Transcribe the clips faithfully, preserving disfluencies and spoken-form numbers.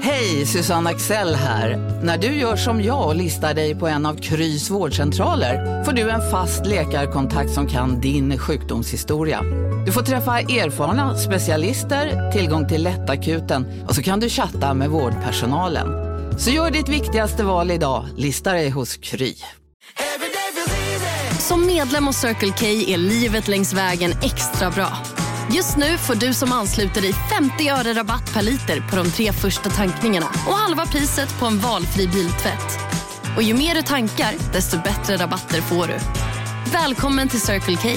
Hej, Susanne Axel här. När du gör som jag och listar dig på en av Krys vårdcentraler får du en fast läkarkontakt som kan din sjukdomshistoria. Du får träffa erfarna specialister, tillgång till lättakuten och så kan du chatta med vårdpersonalen. Så gör ditt viktigaste val idag, listar dig hos Kry. Som medlem hos Circle K är livet längs vägen extra bra. Just nu får du som ansluter dig femtio öre rabatt per liter på de tre första tankningarna och halva priset på en valfri biltvätt. Och ju mer du tankar, desto bättre rabatter får du. Välkommen till Circle K.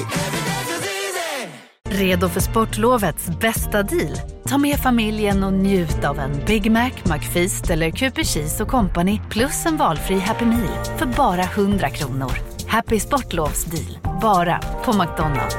Redo för sportlovets bästa deal? Ta med familjen och njut av en Big Mac, McFeast eller Cooper Cheese och Company plus en valfri Happy Meal för bara hundra kronor. Happy Sportlovs deal, bara på McDonalds.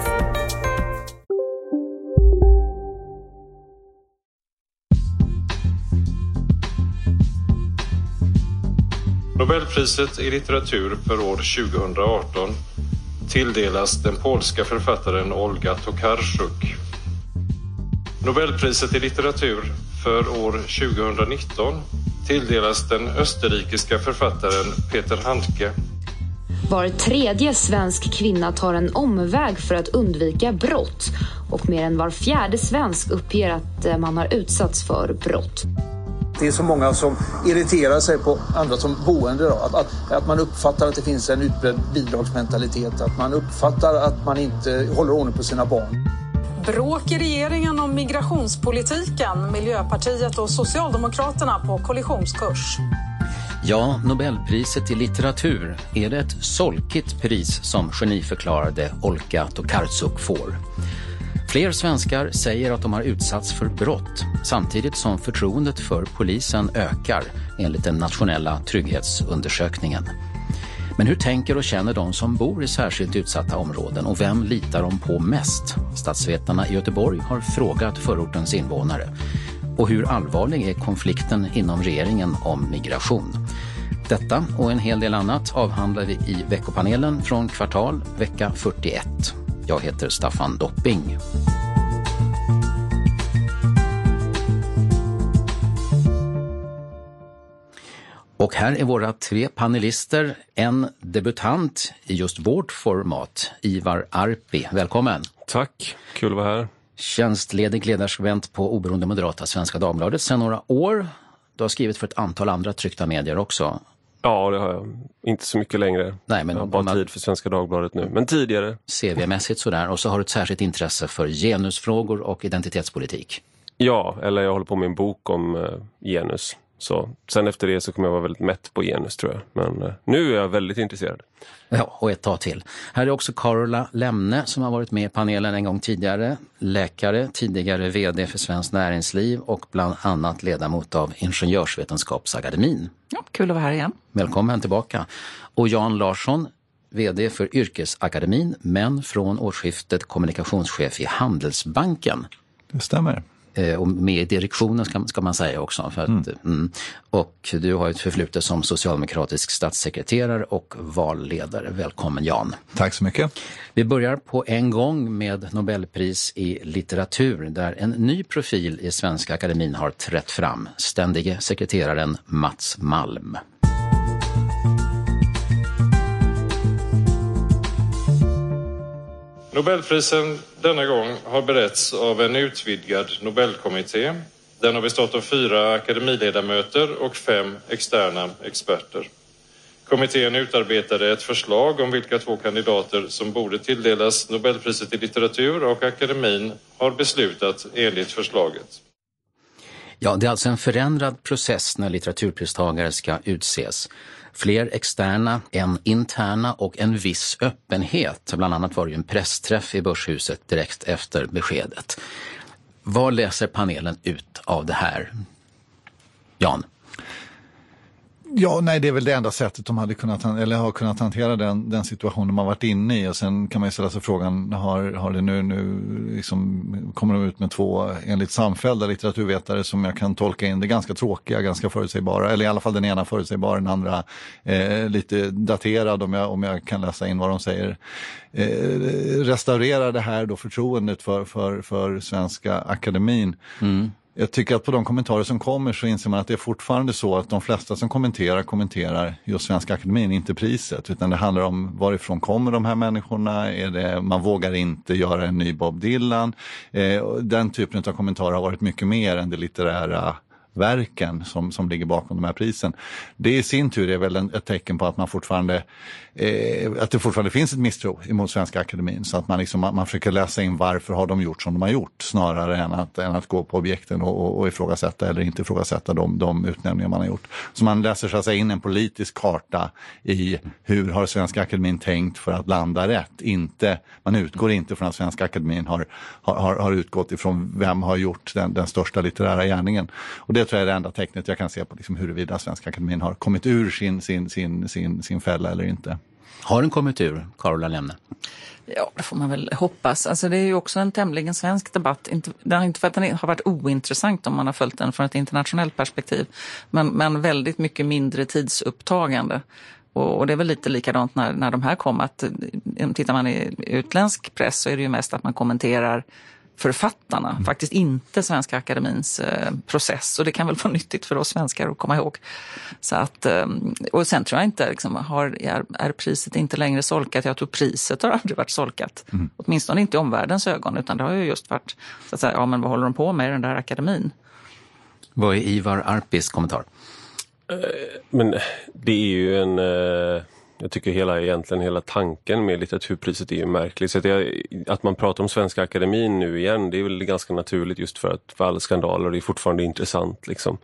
Nobelpriset i litteratur för år tjugohundraarton tilldelas den polska författaren Olga Tokarczuk. Nobelpriset i litteratur för år tjugohundranitton tilldelas den österrikiska författaren Peter Handke. Var tredje svensk kvinna tar en omväg för att undvika brott och mer än var fjärde svensk uppger att man har utsatts för brott. Det är så många som irriterar sig på andra som boende då. Att, att, att man uppfattar att det finns en utbredd bidragsmentalitet. Att man uppfattar att man inte håller ordning på sina barn. Bråk i regeringen om migrationspolitiken. Miljöpartiet och Socialdemokraterna på kollisionskurs. Ja, Nobelpriset i litteratur är det ett solkigt pris som geniförklarade Olga Tokarczuk får. Fler svenskar säger att de har utsatts för brott samtidigt som förtroendet för polisen ökar enligt den nationella trygghetsundersökningen. Men hur tänker och känner de som bor i särskilt utsatta områden och vem litar de på mest? Statsvetarna i Göteborg har frågat förortens invånare. Och hur allvarlig är konflikten inom regeringen om migration? Detta och en hel del annat avhandlar vi i veckopanelen från Kvartal, vecka fyrtioett. Jag heter Staffan Dopping. Och här är våra tre panelister. En debutant i just vårt format, Ivar Arpi. Välkommen. Tack, kul att vara här. Tjänstledig ledarskribent på Oberoende Moderata Svenska Dagbladet sedan några år. Du har skrivit för ett antal andra tryckta medier också. Ja, det har jag. Inte så mycket längre. Nej, men jag har bara man... tid för Svenska Dagbladet nu. Men tidigare. C V-mässigt sådär. Och så har du ett särskilt intresse för genusfrågor och identitetspolitik. Ja, eller jag håller på med en bok om uh, genus. Så sen efter det så kommer jag vara väldigt mätt på genus, tror jag. Men uh, nu är jag väldigt intresserad. Ja, och ett tag till. Här är också Carola Lemne som har varit med i panelen en gång tidigare. Läkare, tidigare vd för Svenskt Näringsliv och bland annat ledamot av Ingenjörsvetenskapsakademin. Ja, kul att vara här igen. Välkommen tillbaka. Och Jan Larsson, vd för Yrkesakademin, men från årsskiftet kommunikationschef i Handelsbanken. Det stämmer. Och med i direktionen ska, ska man säga också. För att, mm. Mm. Och du har ett förflutet som socialdemokratisk statssekreterare och valledare. Välkommen Jan. Tack så mycket. Vi börjar på en gång med Nobelpris i litteratur där en ny profil i Svenska Akademin har trätt fram. Ständige sekreteraren Mats Malm. Nobelprisen denna gång har beretts av en utvidgad Nobelkommitté. Den har bestått av fyra akademiledamöter och fem externa experter. Kommittén utarbetade ett förslag om vilka två kandidater som borde tilldelas Nobelpriset i litteratur och akademin har beslutat enligt förslaget. Ja, det är alltså en förändrad process när litteraturpristagare ska utses. Fler externa, en interna och en viss öppenhet. Bland annat var det ju en pressträff i Börshuset direkt efter beskedet. Vad läser panelen ut av det här? Jan? Ja, nej, det är väl det enda sättet de hade kunnat, eller har kunnat hantera den, den situationen man varit inne i. Och sen kan man ju ställa sig frågan, har, har det nu, nu liksom, kommer de ut med två enligt samfällda litteraturvetare som jag kan tolka in det ganska tråkiga, ganska förutsägbara, eller i alla fall den ena förutsägbar, den andra eh, lite daterad om jag, om jag kan läsa in vad de säger. Eh, restaurera det här då förtroendet för, för, för Svenska Akademin. Mm. Jag tycker att på de kommentarer som kommer så inser man att det är fortfarande så att de flesta som kommenterar, kommenterar just Svenska Akademin, inte priset. Utan det handlar om varifrån kommer de här människorna, är det, man vågar inte göra en ny Bob Dylan. Eh, den typen av kommentarer har varit mycket mer än det litterära verken som, som ligger bakom de här prisen. Det i sin tur är väl en, ett tecken på att man fortfarande eh, att det fortfarande finns ett misstro emot Svenska Akademin, så att man, liksom, man, man försöker läsa in varför har de gjort som de har gjort snarare än att, än att gå på objekten och, och, och ifrågasätta eller inte ifrågasätta de, de utnämningar man har gjort. Så man läser så att säga in en politisk karta i hur har Svenska Akademin tänkt för att landa rätt. Inte, man utgår inte från att Svenska Akademin har, har, har utgått ifrån vem har gjort den, den största litterära gärningen. Och det tror jag är det enda tecknet jag kan se på liksom huruvida Svenska Akademin har kommit ur sin, sin, sin, sin, sin fälla eller inte. Har den kommit ur, Carola Lemne? Ja, det får man väl hoppas. Alltså det är ju också en tämligen svensk debatt. Inte, det är inte för att den har varit ointressant om man har följt den från ett internationellt perspektiv. Men, men väldigt mycket mindre tidsupptagande. Och, och det är väl lite likadant när, när de här kom. Att, tittar man i utländsk press så är det ju mest att man kommenterar författarna, mm. faktiskt inte Svenska Akademins eh, process, och det kan väl vara nyttigt för oss svenskar att komma ihåg. Så att, eh, och sen tror jag inte, liksom, har, är, är priset inte längre solkat? Jag tror priset har aldrig varit solkat. Mm. Åtminstone inte i omvärldens ögon, utan det har ju just varit så att säga, ja men vad håller de på med i den där akademin? Vad är Ivar Arpis kommentar? Men det är ju en... Uh... Jag tycker hela, egentligen hela tanken med litteraturpriset är ju märklig. Så att, jag, att man pratar om Svenska Akademin nu igen, det är väl ganska naturligt just för att för alla skandaler, det är fortfarande intressant liksom.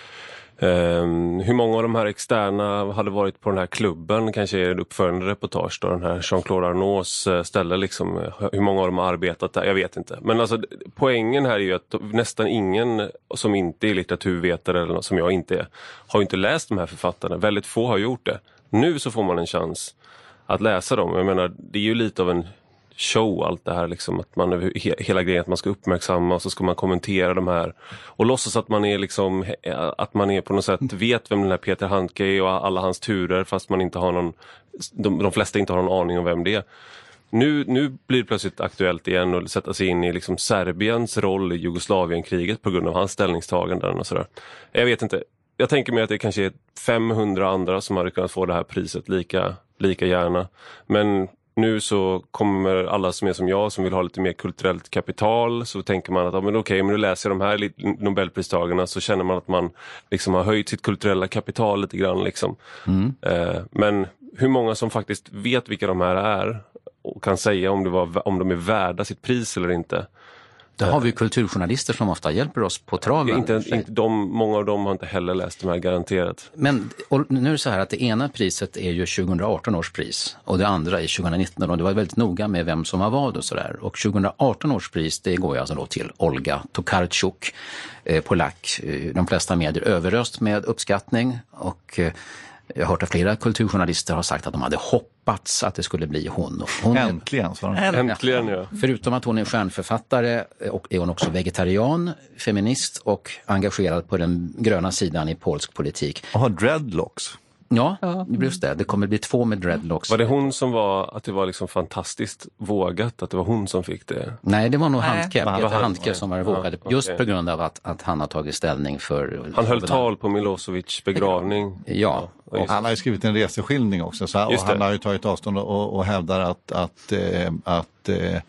Um, hur många av de här externa hade varit på den här klubben, kanske är det uppförande reportage då, den här Jean-Claude Arnaults ställe liksom, hur många av dem har arbetat där, jag vet inte. Men alltså poängen här är ju att nästan ingen som inte är litteraturvetare eller som jag inte är, har ju inte läst de här författarna, väldigt få har gjort det. Nu så får man en chans att läsa dem. Jag menar, det är ju lite av en show allt det här liksom, att man hela grejen att man ska uppmärksamma och så ska man kommentera de här och låtsas att man är liksom att man är på något sätt vet vem den här Peter Handke är och alla hans turer, fast man inte har någon de, de flesta inte har någon aning om vem det är. Nu, nu blir det plötsligt aktuellt igen att sätta sig in i liksom Serbiens roll i Jugoslavienkriget på grund av hans ställningstaganden och sådär. Jag vet inte. Jag tänker mig att det kanske är femhundra andra som hade kunnat få det här priset lika, lika gärna. Men nu så kommer alla som är som jag som vill ha lite mer kulturellt kapital, så tänker man att ja, men okej, men nu läser jag de här Nobelpristagarna så känner man att man liksom har höjt sitt kulturella kapital lite grann. Liksom. Mm. Eh, men hur många som faktiskt vet vilka de här är och kan säga om, det var, om de är värda sitt pris eller inte. Det har vi kulturjournalister som ofta hjälper oss på traven. Inte, inte de, många av dem har inte heller läst de här garanterat. Men och nu är det så här att det ena priset är ju tjugoarton års pris och det andra är tjugonitton, och det var väldigt noga med vem som har vad och sådär. Och tjugoarton års pris, det går ju alltså då till Olga Tokarczuk, eh, polack. De flesta medier överröst med uppskattning, och eh, jag har hört att flera kulturjournalister har sagt att de hade hoppats att det skulle bli hon. hon Äntligen, sa de. Äntligen, ja. Förutom att hon är stjärnförfattare och är hon också vegetarian, feminist och engagerad på den gröna sidan i polsk politik. Och har dreadlocks. Ja, just det. Det kommer bli två med dreadlocks. Var det hon som var, att det var liksom fantastiskt vågat, att det var hon som fick det? Nej, det var nog Handke, Peter var Handke som var vågade. Ja, just okay. på grund av att, att han har tagit ställning för... Han höll tal på Milosevic begravning. Ja. Och han har ju skrivit en reseskildring också, så, och han har ju tagit avstånd och, och hävdar att, att, eh, att eh,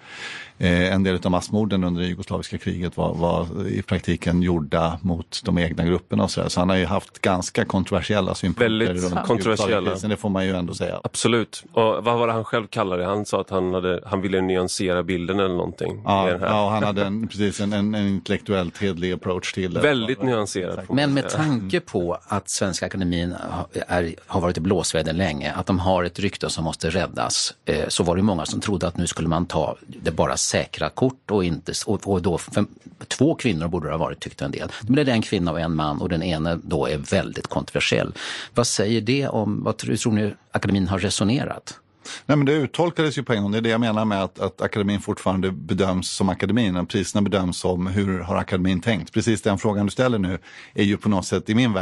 en del av massmorden under det jugoslaviska kriget var, var i praktiken gjorda mot de egna grupperna och så där. Så han har ju haft ganska kontroversiella synpunkter. Väldigt kontroversiella. Det får man ju ändå säga. Absolut. Och vad var det han själv kallade det? Han sa att han, hade, han ville nyansera bilden eller någonting. Ja, ja, och han hade en, precis en, en, en intellektuellt hedlig approach till det. Väldigt nyanserad. Men med tanke på att Svenska Akademin är, har varit i blåsväder länge, att de har ett rykte som måste räddas, eh, så var det många som trodde att nu skulle man ta det bara säkra kort och inte, och, och då för, två kvinnor borde det ha varit, tyckte en del. Men det är en kvinna och en man, och den ena då är väldigt kontroversiell. Vad säger det om, vad tror, tror ni akademin har resonerat? Nej, men det uttolkades ju på en gång. Det är det jag menar med att, att akademin fortfarande bedöms som akademin. Och priserna bedöms som hur har akademin tänkt. Precis den frågan du ställer nu är ju på något sätt i min värld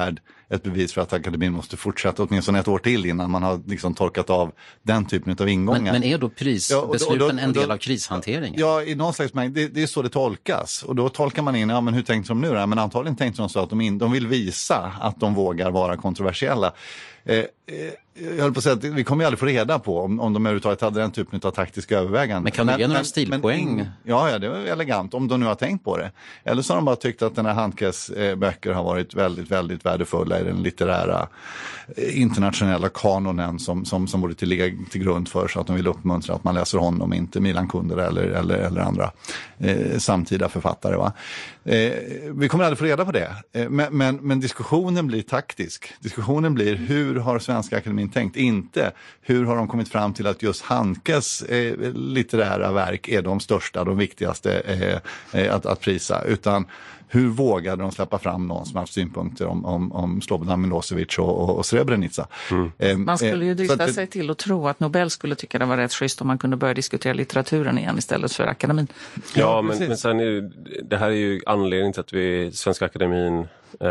ett bevis för att akademin måste fortsätta åtminstone ett år till innan man har liksom torkat av den typen av ingångar. Men, men är då prisbesluten ja, en del av krishanteringen? Ja, i någon slags mängd, det, det är så det tolkas. Och då tolkar man in, ja men hur tänkte de nu då? Men antagligen tänkte de så att de, in, de vill visa att de vågar vara kontroversiella. Eh, jag höll på att säga att vi kommer ju aldrig få reda på om, om de överhuvudtaget hade den typen av taktiska överväganden. Men kan du ge några stilpoäng? Men, ja, ja, det var elegant om de nu har tänkt på det. Eller så har de bara tyckt att den här Handkes eh, böcker har varit väldigt, väldigt värdefulla i den litterära eh, internationella kanonen som, som, som borde till, till grund för, så att de vill uppmuntra att man läser honom, inte Milan Kundera eller, eller, eller andra eh, samtida författare. Va? Eh, vi kommer aldrig få reda på det. Eh, men, men, men diskussionen blir taktisk. Diskussionen blir hur har Svenska Akademin tänkt? Inte hur har de kommit fram till att just Handkes eh, litterära verk är de största, de viktigaste eh, eh, att, att prisa, utan hur vågade de släppa fram någon som har haft synpunkter om, om, om Slobodan Milosevic och, och, och Srebrenica. Mm. Eh, man skulle ju drista eh, sig till att tro att Nobel skulle tycka det var rätt schysst om man kunde börja diskutera litteraturen igen istället för akademin. Ja, ja men, men sen är ju, det här är ju anledningen till att vi, Svenska Akademin eh,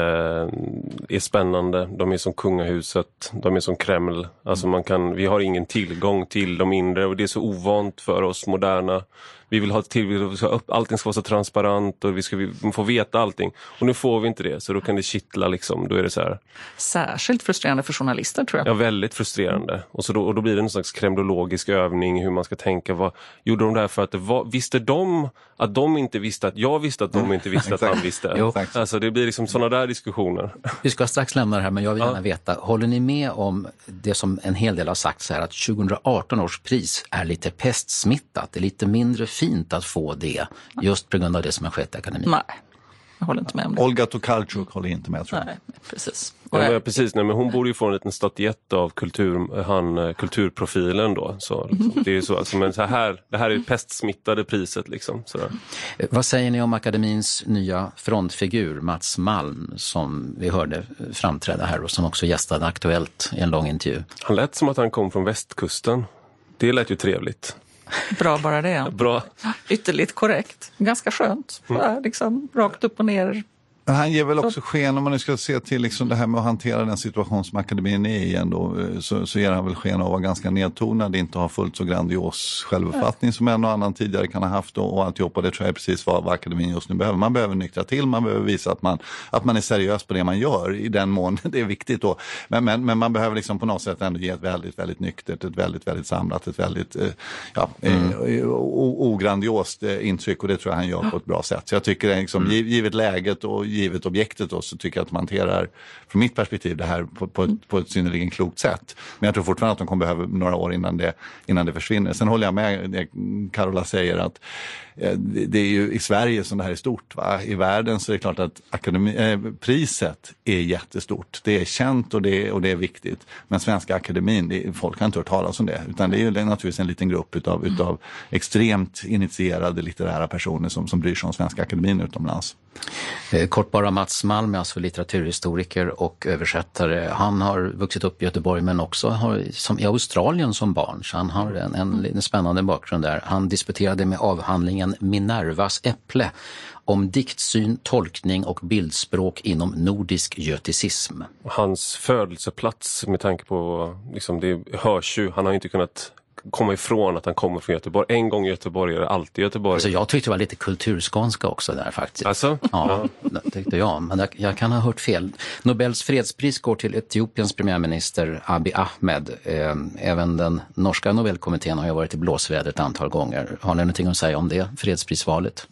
är spännande. De är som kungahuset, de är som Kreml. Alltså man kan, vi har ingen tillgång till de inre och det är så ovant för oss moderna. Vi vill ha till, allting ska vara så transparent och vi ska vi får veta allting. Och nu får vi inte det, så då kan det kittla liksom. Då är det så här. Särskilt frustrerande för journalister, tror jag. Ja, väldigt frustrerande. Och, så då, och då blir det en slags kremlologisk övning hur man ska tänka. Vad gjorde de där för att det var, visste de att de inte visste att jag visste att de inte visste att han visste? Jo. Alltså det blir liksom sådana där diskussioner. Vi ska strax lämna det här, men jag vill gärna ja. veta, håller ni med om det som en hel del har sagt så här, att tjugoarton års pris är lite pestsmittat, det är lite mindre fint att få det just på grund av det som har skett i akademin? Nej, jag håller inte med om det. Olga Tokarczuk håller inte med, tror jag. Nej, precis. Ja, men precis, nej, men hon borde ju få en liten statyett av kultur, han, kulturprofilen då. Så, liksom, det är ju så, alltså, men så här, det här är det pestsmittade priset liksom. Sådär. Vad säger ni om akademins nya frontfigur Mats Malm, som vi hörde framträda här och som också gästade Aktuellt i en lång intervju? Han lät som att han kom från västkusten. Det lät ju trevligt. Bra bara det. Bra. Ytterligt korrekt. Ganska skönt. Mm. Liksom, rakt upp och ner. Han ger väl också sken, om man nu ska se till liksom det här med att hantera den situation som akademin är i ändå, så, så ger han väl sken av att vara ganska nedtonad, inte ha fullt så grandios självuppfattning som en och annan tidigare kan ha haft och, och alltihopa. Det tror jag är precis vad, vad akademin just nu behöver. Man behöver nyktra till, man behöver visa att man, att man är seriös på det man gör, i den mån det är viktigt då. Men, men, men man behöver liksom på något sätt ändå ge ett väldigt, väldigt nyktert, ett väldigt, väldigt samlat, ett väldigt eh, ja, mm. eh, ograndiost eh, intryck, och det tror jag han gör på ett bra sätt. Så jag tycker det liksom, mm. givet läget och givet objektet då, så tycker jag att man hanterar från mitt perspektiv det här på, på, ett, på ett synnerligen klokt sätt. Men jag tror fortfarande att de kommer behöva några år innan det, innan det försvinner. Sen håller jag med det Carola säger, att eh, det, det är ju i Sverige som det här är stort. Va? I världen så är det klart att akademi, eh, priset är jättestort. Det är känt och det, och det är viktigt. Men Svenska Akademin, det, folk har inte hört talas om det. Utan det är ju naturligtvis en liten grupp utav, mm. utav extremt initierade litterära personer som, som bryr sig om Svenska Akademin utomlands. Eh, kort bara, Mats Malm är alltså litteraturhistoriker och översättare. Han har vuxit upp i Göteborg men också har, som, i Australien som barn, så han har en, en, en spännande bakgrund där. Han disputerade med avhandlingen Minervas äpple om diktsyn, tolkning och bildspråk inom nordisk göticism. Hans födelseplats med tanke på, liksom, det hörs ju, han har inte kunnat komma ifrån att han kommer från Göteborg. En gång Göteborg är alltid Göteborg. Alltså jag tyckte det var lite kulturskånska också där faktiskt. Alltså? Ja, det tyckte jag. Men jag, jag kan ha hört fel. Nobels fredspris går till Etiopiens premiärminister Abiy Ahmed. Eh, även den norska Nobelkommittén har ju varit i blåsväder ett antal gånger. Har ni någonting att säga om det fredsprisvalet?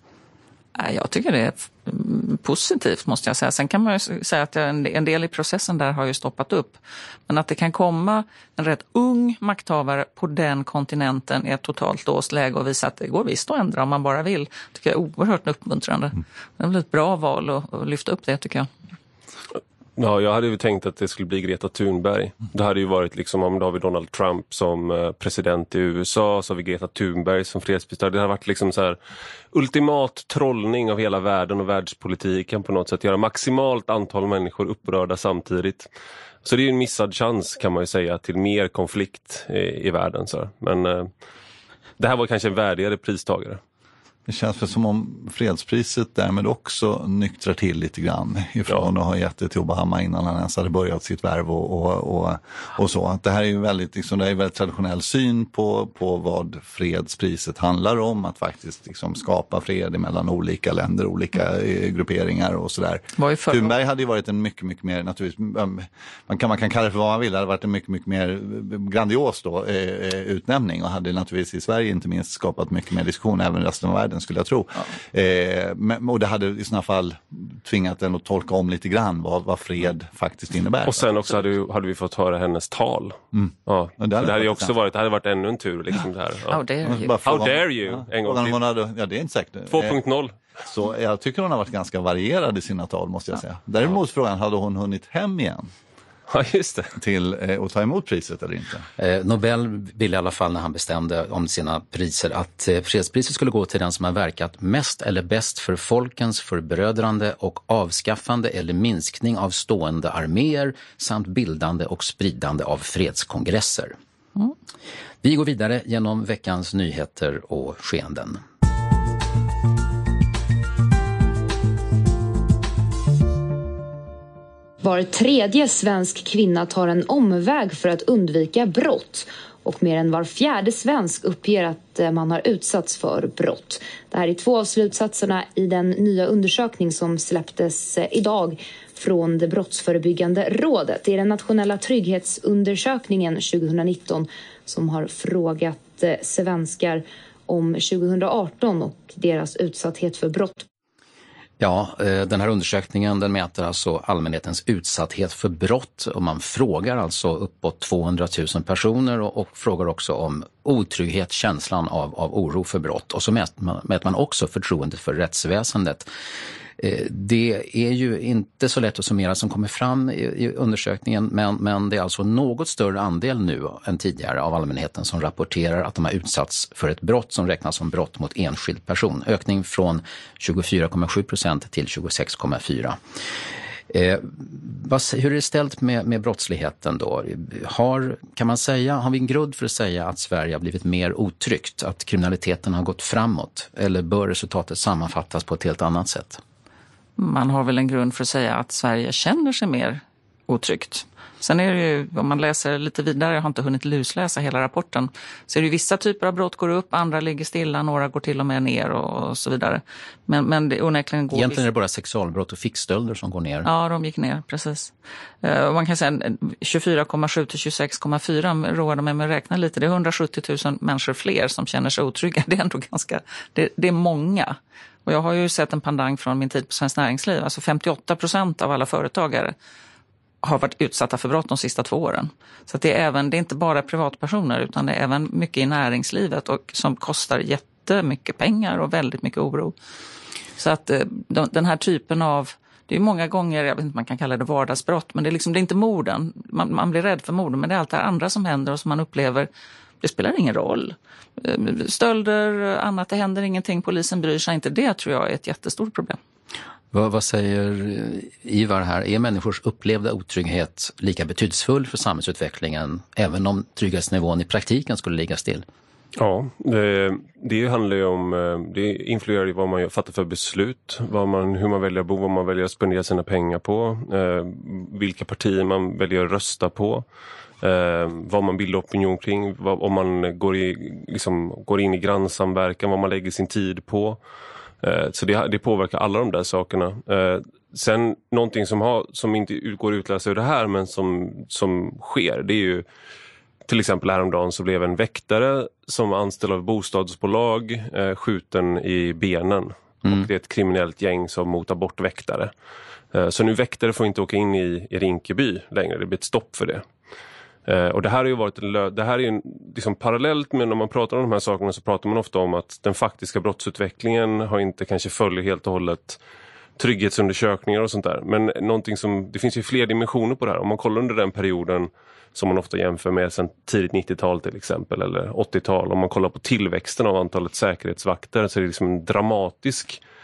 Jag tycker det är positivt, måste jag säga. Sen kan man ju säga att en del i processen där har ju stoppat upp. Men att det kan komma en rätt ung makthavare på den kontinenten är ett totalt låst läge och visa att det går visst att ändra om man bara vill. Tycker jag är oerhört uppmuntrande. Det blir ett bra val att lyfta upp det, tycker jag. Ja, jag hade ju tänkt att det skulle bli Greta Thunberg. Det hade ju varit liksom, om då har vi Donald Trump som president i U S A, så har vi Greta Thunberg som fredspristagare. Det har varit liksom så här ultimat trollning av hela världen och världspolitiken på något sätt. Göra maximalt antal människor upprörda samtidigt. Så det är ju en missad chans, kan man ju säga, till mer konflikt i, i världen. Så. Men eh, det här var kanske en värdigare pristagare. Det känns för som om fredspriset därmed också nyktrar till lite grann ifrån ja. att ha gett det till Obama innan han ens hade börjat sitt värv och, och, och, och så. Att det här är ju väldigt, liksom, det är väldigt traditionell syn på, på vad fredspriset handlar om. Att faktiskt liksom, skapa fred mellan olika länder, olika eh, grupperingar och sådär. Thunberg hade ju varit en mycket, mycket mer, naturligtvis, man kan, man kan kalla det för vad man vill, det hade varit en mycket, mycket mer grandios då, eh, utnämning och hade naturligtvis i Sverige inte minst skapat mycket mer diskussion, även resten av världen skulle jag tro. Ja. Eh, men, och det hade i sådana fall tvingat den att tolka om lite grann vad, vad fred faktiskt innebär. Och sen också hade, hade vi fått höra hennes tal. Mm. Ja. Det, det hade ju också varit, det hade varit ännu en tur liksom det här. Ja. How dare you? How dare you? Ja. En gång till. Hade, ja, det är inte säkert. två punkt noll. Så jag tycker hon har varit ganska varierad i sina tal, måste jag säga. Däremot frågan, hade hon hunnit hem igen? Ja, just det. Till eh, att ta emot priset eller inte? Eh, Nobel ville i alla fall när han bestämde om sina priser att eh, fredspriset skulle gå till den som har verkat mest eller bäst för folkens förbrödrande och avskaffande eller minskning av stående arméer samt bildande och spridande av fredskongresser. Mm. Vi går vidare genom veckans nyheter och skeenden. Var tredje svensk kvinna tar en omväg för att undvika brott. Och mer än var fjärde svensk uppger att man har utsatts för brott. Det här är två av slutsatserna i den nya undersökning som släpptes idag från det brottsförebyggande rådet. Det är den nationella trygghetsundersökningen tjugonitton som har frågat svenskar om tjugoarton och deras utsatthet för brott. Ja, den här undersökningen den mäter alltså allmänhetens utsatthet för brott och man frågar alltså uppåt tvåhundratusen personer och, och frågar också om otrygghet, känslan av, av oro för brott och så mäter man, mäter man också förtroende för rättsväsendet. Det är ju inte så lätt att summera som kommer fram i undersökningen men, men det är alltså något större andel nu än tidigare av allmänheten som rapporterar att de har utsatts för ett brott som räknas som brott mot enskild person. Ökning från tjugofyra komma sju procent till tjugosex komma fyra. Eh, vad, hur är det ställt med, med brottsligheten då? Har, kan man säga, har vi en grund för att säga att Sverige har blivit mer otryggt? Att kriminaliteten har gått framåt? Eller bör resultatet sammanfattas på ett helt annat sätt? Man har väl en grund för att säga att Sverige känner sig mer otryggt. Sen är det ju, om man läser lite vidare, jag har inte hunnit lusläsa hela rapporten, så är det vissa typer av brott går upp, andra ligger stilla, några går till och med ner och så vidare. Men, men det onekligen går... Egentligen är det bara sexualbrott och fickstölder som går ner. Ja, de gick ner, precis. Uh, man kan säga tjugofyra komma sju till tjugosex komma fyra, roade mig med att räkna lite, det är hundrasjuttio tusen människor fler som känner sig otrygga. Det är ändå ganska, det, det är många. Och jag har ju sett en pandang från min tid på Svenskt Näringsliv, alltså femtioåtta procent av alla företagare har varit utsatta för brott de sista två åren. Så att det är även, det är inte bara privatpersoner utan det är även mycket i näringslivet och som kostar jättemycket pengar och väldigt mycket oro. Så att de, den här typen av, det är många gånger, jag vet inte man kan kalla det vardagsbrott, men det är liksom, det är inte morden. Man, man blir rädd för morden, men det är allt det andra som händer och som man upplever, det spelar ingen roll. Stölder, annat, det händer ingenting, polisen bryr sig inte. Det tror jag är ett jättestort problem. Vad, vad säger Ivar här? Är människors upplevda otrygghet lika betydelsefull för samhällsutvecklingen även om trygghetsnivån i praktiken skulle ligga still? Ja, det, det handlar ju om, det influerar ju vad man fattar för beslut, vad man, hur man väljer att bo, vad man väljer att spendera sina pengar på, eh, vilka partier man väljer att rösta på. Eh, vad man bildar opinion kring, vad, om man går, i, liksom, går in i grannsamverkan, vad man lägger sin tid på. Eh, så det, det påverkar alla de där sakerna. Eh, sen någonting som, har, som inte går att utläsa ur det här men som, som sker, det är ju till exempel häromdagen så blev en väktare som anställd av bostadsbolag eh, skjuten i benen. Mm. Och det är ett kriminellt gäng som motar bort väktare. Eh, så nu väktare får inte åka in i, i Rinkeby längre, det blir ett stopp för det. Uh, och det här har ju varit en lö- det här är ju liksom parallellt med när man pratar om de här sakerna så pratar man ofta om att den faktiska brottsutvecklingen har inte kanske följer helt och hållet trygghetsundersökningar och sånt där. Men någonting som, det finns ju fler dimensioner på det här. Om man kollar under den perioden som man ofta jämför med sen tidigt nittiotal till exempel eller åttiotal. Om man kollar på tillväxten av antalet säkerhetsvakter så är det liksom en dramatisk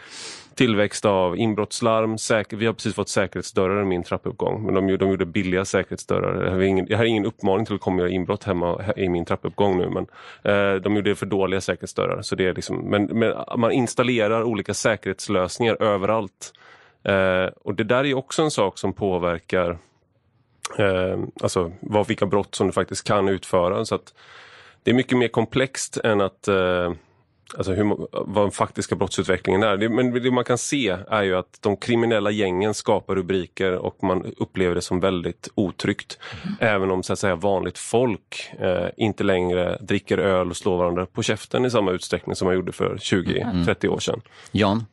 tillväxt av inbrottslarm. Säker, vi har precis fått säkerhetsdörrar i min trappuppgång. Men de, de gjorde billiga säkerhetsdörrar. Jag har ingen, jag har ingen uppmaning till att komma och göra inbrott hemma i min trappuppgång nu. Men eh, de gjorde för dåliga säkerhetsdörrar. Så det är liksom, men, men man installerar olika säkerhetslösningar överallt. Eh, och det där är också en sak som påverkar eh, alltså vad, vilka brott som du faktiskt kan utföra. Så att det är mycket mer komplext än att eh, alltså hur, vad den faktiska brottsutvecklingen är. Det, men det man kan se är ju att de kriminella gängen skapar rubriker och man upplever det som väldigt otryggt. Mm. Även om så att säga vanligt folk eh, inte längre dricker öl och slår varandra på käften i samma utsträckning som man gjorde för tjugo till trettio år sedan. Jan?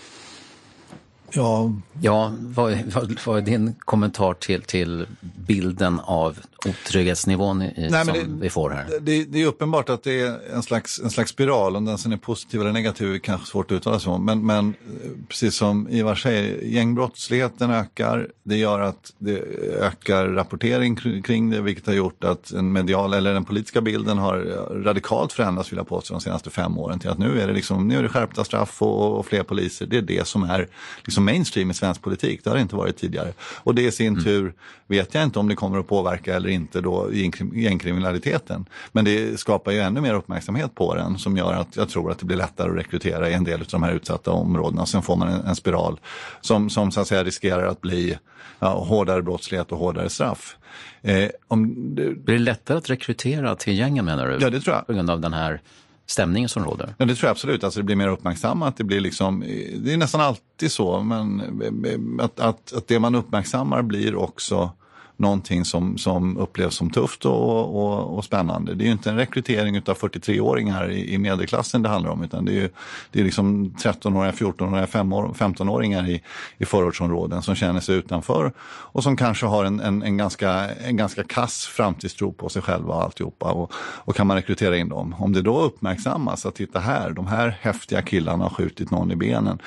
Ja, ja vad, vad, vad är din kommentar till, till bilden av otrygghetsnivån i, Nej, som det, vi får här? Det, det är uppenbart att det är en slags, en slags spiral. Om den sen är positiv eller negativ är kanske svårt att uttala sig om. Men, men precis som Ivar säger, gängbrottsligheten ökar. Det gör att det ökar rapportering kring det, vilket har gjort att en medial eller den politiska bilden har radikalt förändrats, vill jag påstå, de senaste fem åren till att nu är det, liksom, nu är det skärpta straff och, och fler poliser. Det är det som är liksom mainstream i svensk politik. Det har det inte varit tidigare. Och det i sin tur mm. vet jag inte om det kommer att påverka eller inte då gängkriminaliteten. Men det skapar ju ännu mer uppmärksamhet på den som gör att jag tror att det blir lättare att rekrytera i en del av de här utsatta områdena. Sen får man en, en spiral som, som så att säga riskerar att bli ja, hårdare brottslighet och hårdare straff. Eh, om det... Blir det lättare att rekrytera till gängen, menar du? Ja, det tror jag. På grund av den här stämningen som råder? Ja, det tror jag absolut. Alltså det blir mer uppmärksammat. Det blir liksom, det är nästan alltid så, men att, att, att det man uppmärksammar blir också någonting som, som upplevs som tufft och, och, och spännande. Det är ju inte en rekrytering av fyrtiotre-åringar i, i medelklassen det handlar om, utan det är ju det är liksom tretton-åringar, fjorton-åringar, femton-åringar i, i förortsområden som känner sig utanför och som kanske har en, en, en, ganska, en ganska kass framtidstro på sig själva och alltihopa. Och, och kan man rekrytera in dem? Om det då uppmärksammas att titta här, de här häftiga killarna har skjutit någon i benen.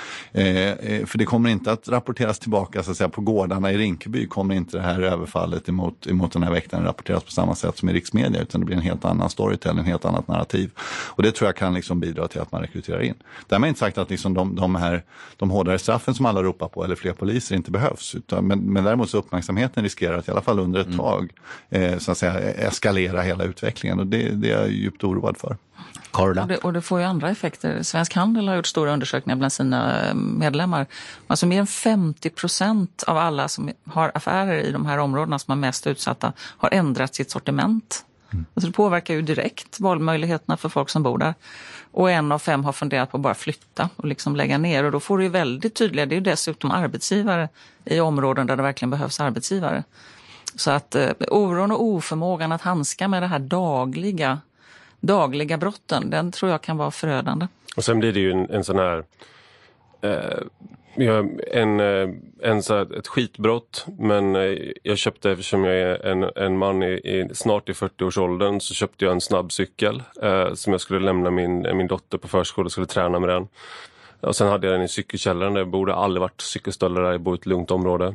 Eh, för det kommer inte att rapporteras tillbaka så att säga, på gårdarna i Rinkeby kommer inte det här överfallet fallet emot, emot den här väktaren rapporteras på samma sätt som i riksmedia, utan det blir en helt annan storytelling, en helt annat narrativ. Och det tror jag kan liksom bidra till att man rekryterar in. Därmed inte sagt att liksom de, de, här, de hårdare straffen som alla ropar på eller fler poliser inte behövs. Utan, men, men däremot så uppmärksamheten riskerar att i alla fall under ett mm. tag eh, så att säga, eskalera hela utvecklingen. Och det, det är jag djupt oroad för. Och det, och det får ju andra effekter. Svensk Handel har gjort stora undersökningar bland sina medlemmar. Alltså mer än femtio procent av alla som har affärer i de här områdena som är mest utsatta har ändrat sitt sortiment. Mm. Alltså det påverkar ju direkt valmöjligheterna för folk som bor där. Och en av fem har funderat på att bara flytta och liksom lägga ner. Och då får det ju väldigt tydliga, det är ju dessutom arbetsgivare i områden där det verkligen behövs arbetsgivare. Så att eh, oron och oförmågan att handska med det här dagliga dagliga brotten, den tror jag kan vara förödande. Och sen blir det ju en, en sån här eh, en, en så här, ett skitbrott, men jag köpte, eftersom jag är en, en man i, i, snart i fyrtio-årsåldern, så köpte jag en snabbcykel eh, som jag skulle lämna min, min dotter på förskola och skulle träna med den. Och sen hade jag den i cykelkällaren där jag borde aldrig varit cykelställare där, jag bor i ett lugnt område.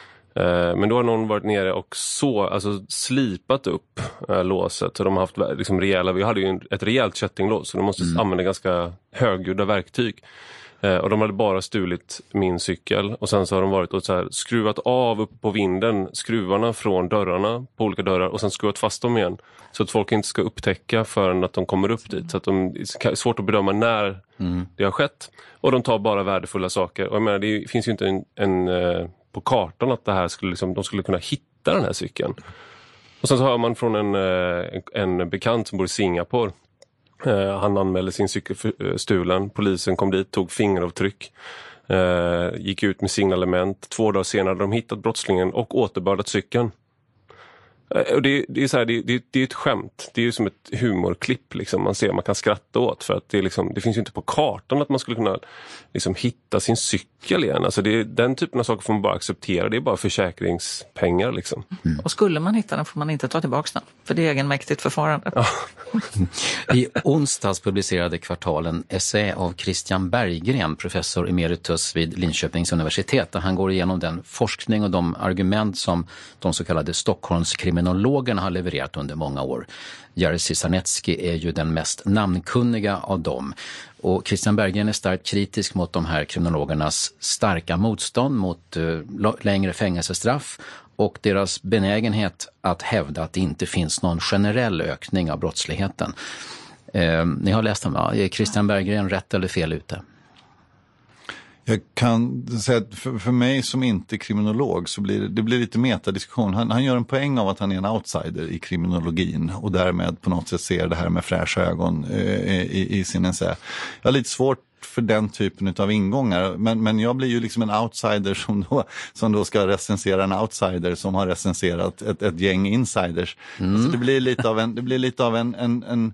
Men då har någon varit nere och så, alltså slipat upp äh, låset. Så de har haft liksom rejäla, vi hade ju ett rejält kättinglås, så de måste mm. använda ganska högljudda verktyg. Eh, och de hade bara stulit min cykel. Och sen så har de varit och så här, skruvat av upp på vinden skruvarna från dörrarna på olika dörrar och sen skruvat fast dem igen. Så att folk inte ska upptäcka förrän att de kommer upp dit. Så att de, det är svårt att bedöma när mm. det har skett. Och de tar bara värdefulla saker. Och jag menar, det finns ju inte en... en eh, på kartan att det här skulle liksom, de skulle kunna hitta den här cykeln. Och sen så hör man från en, en, en bekant som bor i Singapore. Eh, han anmälde sin cykel för, stulen. Polisen kom dit, tog fingeravtryck. Eh, gick ut med signalement. Två dagar senare hade de hittat brottslingen och återbördat cykeln. Och det, det är så här, det, det, det är ett skämt. Det är ju som ett humorklipp liksom. Man ser, man kan skratta åt för att det, är liksom, det finns ju inte på kartan att man skulle kunna liksom hitta sin cykel igen. Alltså det, den typen av saker får man bara acceptera. Det är bara försäkringspengar liksom. Mm. Och skulle man hitta den får man inte ta tillbaka den. För det är egenmäktigt förfarande. Ja. I onsdags publicerade Kvartalen essä av Christian Berggren, professor emeritus vid Linköpings universitet, där han går igenom den forskning och de argument som de så kallade Stockholmskriminologerna har levererat under många år. Jerzy Sarnecki är ju den mest namnkunniga av dem. Och Christian Berggren är starkt kritisk mot de här kriminologernas starka motstånd mot uh, längre fängelsestraff och deras benägenhet att hävda att det inte finns någon generell ökning av brottsligheten. Uh, ni har läst om, ja, är Christian Berggren rätt eller fel ute? Jag kan säga att för, för mig som inte kriminolog så blir det, det blir lite metadiskussion. Han, han gör en poäng av att han är en outsider i kriminologin och därmed på något sätt ser det här med fräscha ögon eh, i, i sin essä. Jag har lite svårt för den typen av ingångar, men, men jag blir ju liksom en outsider som då, som då ska recensera en outsider som har recenserat ett, ett gäng insiders. Mm. Alltså det blir lite av en, det blir lite av en, en, en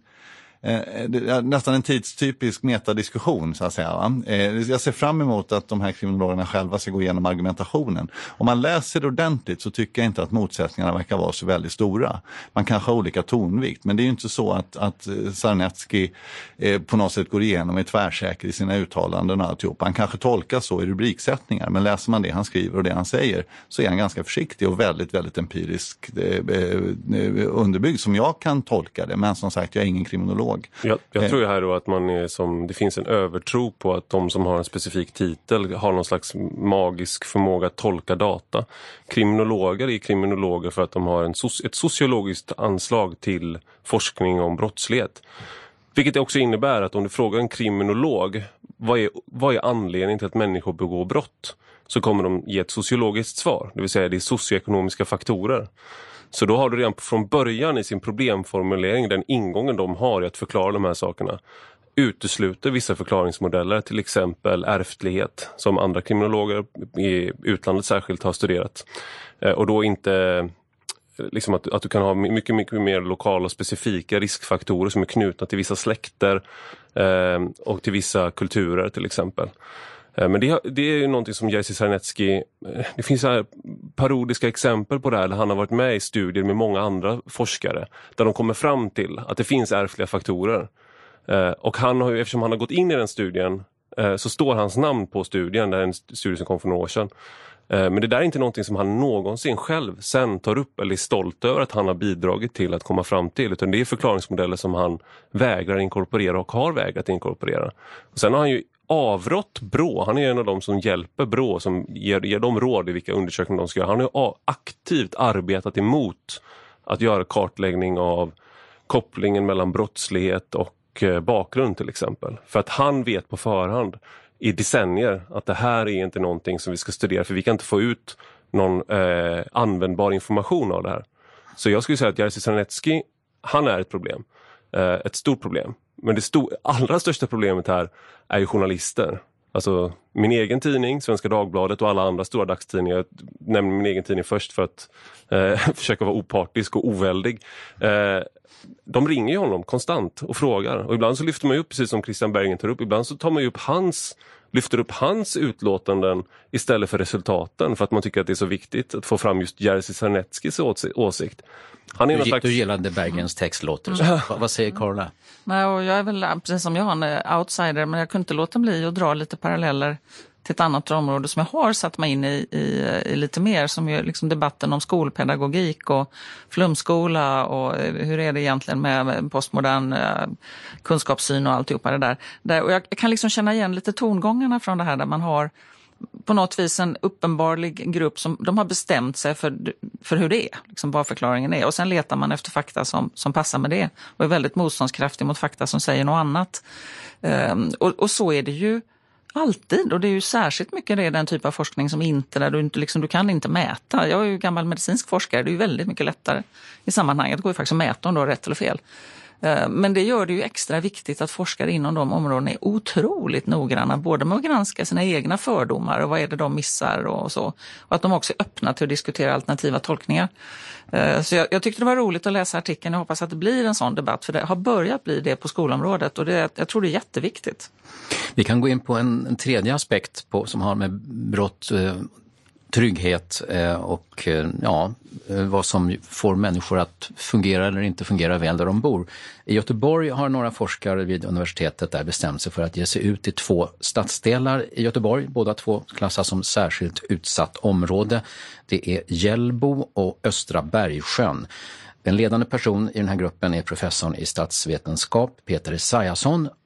Eh, nästan en tidstypisk metadiskussion så att säga. Eh, jag ser fram emot att de här kriminologerna själva ska gå igenom argumentationen. Om man läser det ordentligt så tycker jag inte att motsättningarna verkar vara så väldigt stora. Man kanske har olika tonvikt, men det är ju inte så att, att Sarnecki eh, på något sätt går igenom är tvärsäker i sina uttalanden och alltihop. Han kanske tolkar så i rubriksättningar, men läser man det han skriver och det han säger så är han ganska försiktig och väldigt, väldigt empirisk eh, underbyggd som jag kan tolka det. Men som sagt, jag är ingen kriminolog. Jag, jag tror ju här då att man är som, det finns en övertro på att de som har en specifik titel har någon slags magisk förmåga att tolka data. Kriminologer är kriminologer för att de har en, ett sociologiskt anslag till forskning om brottslighet. Vilket också innebär att om du frågar en kriminolog vad är, vad är anledningen till att människor begår brott, så kommer de ge ett sociologiskt svar. Det vill säga det är socioekonomiska faktorer. Så då har du redan från början i sin problemformulering den ingången de har i att förklara de här sakerna utesluter vissa förklaringsmodeller, till exempel ärftlighet som andra kriminologer i utlandet särskilt har studerat. Och då inte liksom att, att du kan ha mycket, mycket mer lokala och specifika riskfaktorer som är knutna till vissa släkter eh, och till vissa kulturer till exempel. Men det, det är ju någonting som Jerzy Sarnecki, det finns så här parodiska exempel på det här där han har varit med i studier med många andra forskare där de kommer fram till att det finns ärftliga faktorer. Och han har ju, eftersom han har gått in i den studien så står hans namn på studien, det är en studie som kom för några år sedan. Men det där är inte någonting som han någonsin själv sen tar upp eller är stolt över att han har bidragit till att komma fram till, utan det är förklaringsmodeller som han vägrar inkorporera och har vägrat inkorporera. Och sen har han ju avrått Brå, han är en av de som hjälper Brå, som ger, ger dem råd i vilka undersökningar de ska göra. Han har ju aktivt arbetat emot att göra kartläggning av kopplingen mellan brottslighet och eh, bakgrund till exempel. För att han vet på förhand i decennier att det här är inte någonting som vi ska studera, för vi kan inte få ut någon eh, användbar information av det här. Så jag skulle säga att Jerzy Sarnecki, han är ett problem. Eh, ett stort problem. Men det sto- allra största problemet här är ju journalister. Alltså min egen tidning, Svenska Dagbladet och alla andra stora dagstidningar. Jag nämner min egen tidning först för att eh, försöka vara opartisk och oväldig. Eh, de ringer ju honom konstant och frågar. Och ibland så lyfter man ju upp, precis som Christian Berggren tar upp, ibland så tar man ju upp hans, lyfter upp hans utlåtanden istället för resultaten, för att man tycker att det är så viktigt att få fram just Jerzy Sarneckis åsikt. Han är du, slags... du gillade Berggrens text, låter så. Mm. Vad säger Carla? Nej, och jag är väl precis som jag en outsider, men jag kunde inte låta bli att dra lite paralleller till ett annat område som jag har satt mig in i, i, i lite mer, som är liksom debatten om skolpedagogik och flumskola och hur är det egentligen med postmodern eh, kunskapssyn och alltihopa det där. där. Och jag kan liksom känna igen lite tongångarna från det här där man har på något vis en uppenbarlig grupp som de har bestämt sig för, för hur det är, liksom vad förklaringen är. Och sen letar man efter fakta som, som passar med det och är väldigt motståndskraftig mot fakta som säger något annat. Um, och, och så är det ju alltid, och det är ju särskilt mycket det, den typ av forskning som inte, där du inte liksom, du kan inte mäta. Jag är ju gammal medicinsk forskare, det är ju väldigt mycket lättare i sammanhanget. Det går ju faktiskt att mäta om du har rätt eller fel. Men det gör det ju extra viktigt att forskare inom de områdena är otroligt noggranna, både med att granska sina egna fördomar och vad är det de missar och så. Och att de också är öppna till att diskutera alternativa tolkningar. Så jag, jag tyckte det var roligt att läsa artikeln. Jag hoppas att det blir en sån debatt, för det har börjat bli det på skolområdet och det, jag tror det är jätteviktigt. Vi kan gå in på en, en tredje aspekt på, som har med brott, eh, trygghet eh, och eh, ja, vad som får människor att fungera eller inte fungera väl där de bor. I Göteborg har några forskare vid universitetet där bestämt sig för att ge sig ut i två stadsdelar i Göteborg. Båda två klassas som särskilt utsatt område. Det är Hjällbo och Östra Bergsjön. Den ledande person i den här gruppen är professorn i statsvetenskap Peter Esaiasson.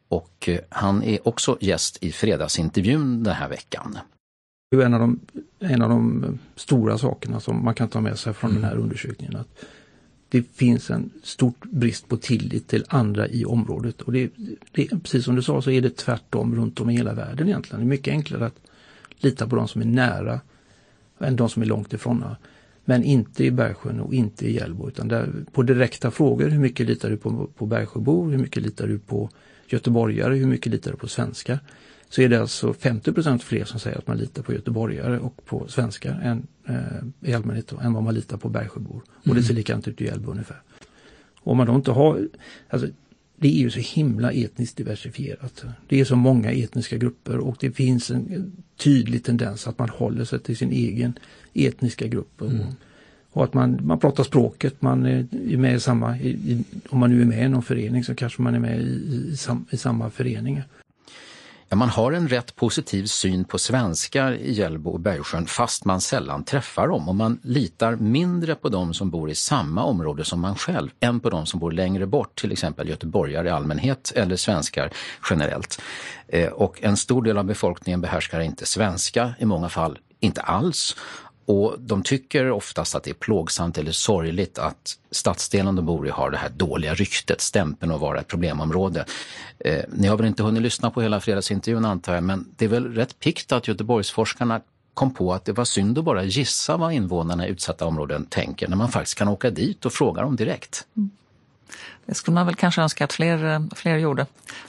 och han är också gäst i fredagsintervjun den här veckan. Det är en av de, en av de stora sakerna som man kan ta med sig från mm. den här undersökningen, att det finns en stor brist på tillit till andra i området. Och det, det, precis som du sa så är det tvärtom runt om i hela världen egentligen. Det är mycket enklare att lita på de som är nära än de som är långt ifrån. Men inte i Bergsjön och inte i Hjällbo. Utan där, på direkta frågor, hur mycket litar du på, på Bergsjöbor, hur mycket litar du på göteborgare, hur mycket litar du på svenskar? Så är det alltså femtio procent fler som säger att man litar på göteborgare och på svenskar än, eh, i allmänhet då, än vad man litar på Bergsjöbor. Mm. Och det ser likadant ut i Hjällbo ungefär. Och om man då inte har, alltså det är ju så himla etniskt diversifierat. Det är så många etniska grupper och det finns en tydlig tendens att man håller sig till sin egen etniska grupp. Mm. Och att man, man pratar språket, man är med i samma, i, i, om man nu är med i någon förening så kanske man är med i, i, sam, i samma föreningar. Ja, man har en rätt positiv syn på svenskar i Hjällbo och Bergsjön fast man sällan träffar dem, och man litar mindre på de som bor i samma område som man själv än på de som bor längre bort, till exempel göteborgare i allmänhet eller svenskar generellt. Eh, och en stor del av befolkningen behärskar inte svenska, i många fall inte alls. Och de tycker oftast att det är plågsamt eller sorgligt att stadsdelen de bor i har det här dåliga ryktet, stämpeln att vara ett problemområde. Eh, ni har väl inte hunnit lyssna på hela fredagsintervjun antar jag, men det är väl rätt pikt att Göteborgsforskarna kom på att det var synd att bara gissa vad invånarna i utsatta områden tänker när man faktiskt kan åka dit och fråga dem direkt. Mm. Det skulle man väl kanske önska att fler, fler gjorde.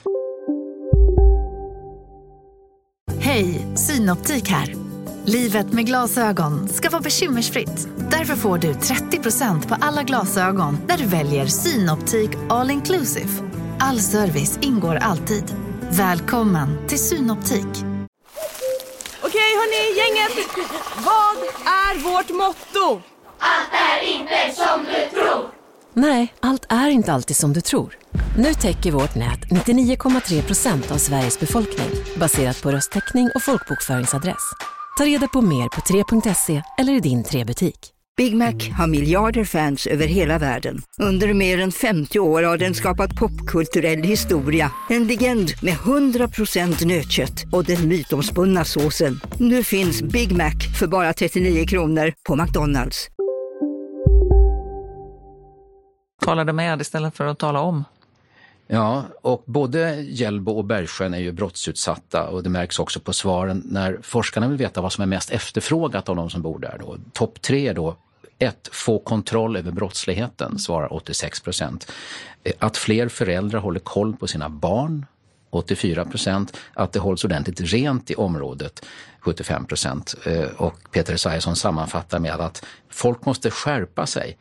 Hej, Synoptik här. Livet med glasögon ska vara bekymmersfritt. Därför får du trettio procent på alla glasögon när du väljer Synoptik All Inclusive. All service ingår alltid. Välkommen till Synoptik. Okej hörni, gänget. Vad är vårt motto? Allt är inte som du tror. Nej, allt är inte alltid som du tror. Nu täcker vårt nät nittionio komma tre procent av Sveriges befolkning baserat på röstteckning och folkbokföringsadress. Ta reda på mer på tre punkt se eller i din tre-butik. Big Mac har miljarder fans över hela världen. Under mer än femtio år har den skapat popkulturell historia. En legend med hundra procent nötkött och den mytomspunna såsen. Nu finns Big Mac för bara trettionio kronor på McDonald's. Talade med istället för att tala om. Ja, och både Hjällbo och Bergsjön är ju brottsutsatta, och det märks också på svaren när forskarna vill veta vad som är mest efterfrågat av de som bor där. Då. Topp tre är då ett, få kontroll över brottsligheten, svarar åttiosex procent. Att fler föräldrar håller koll på sina barn, åttiofyra procent. Att det hålls ordentligt rent i området, sjuttiofem procent. Och Peter Esaiasson sammanfattar med att folk måste skärpa sig.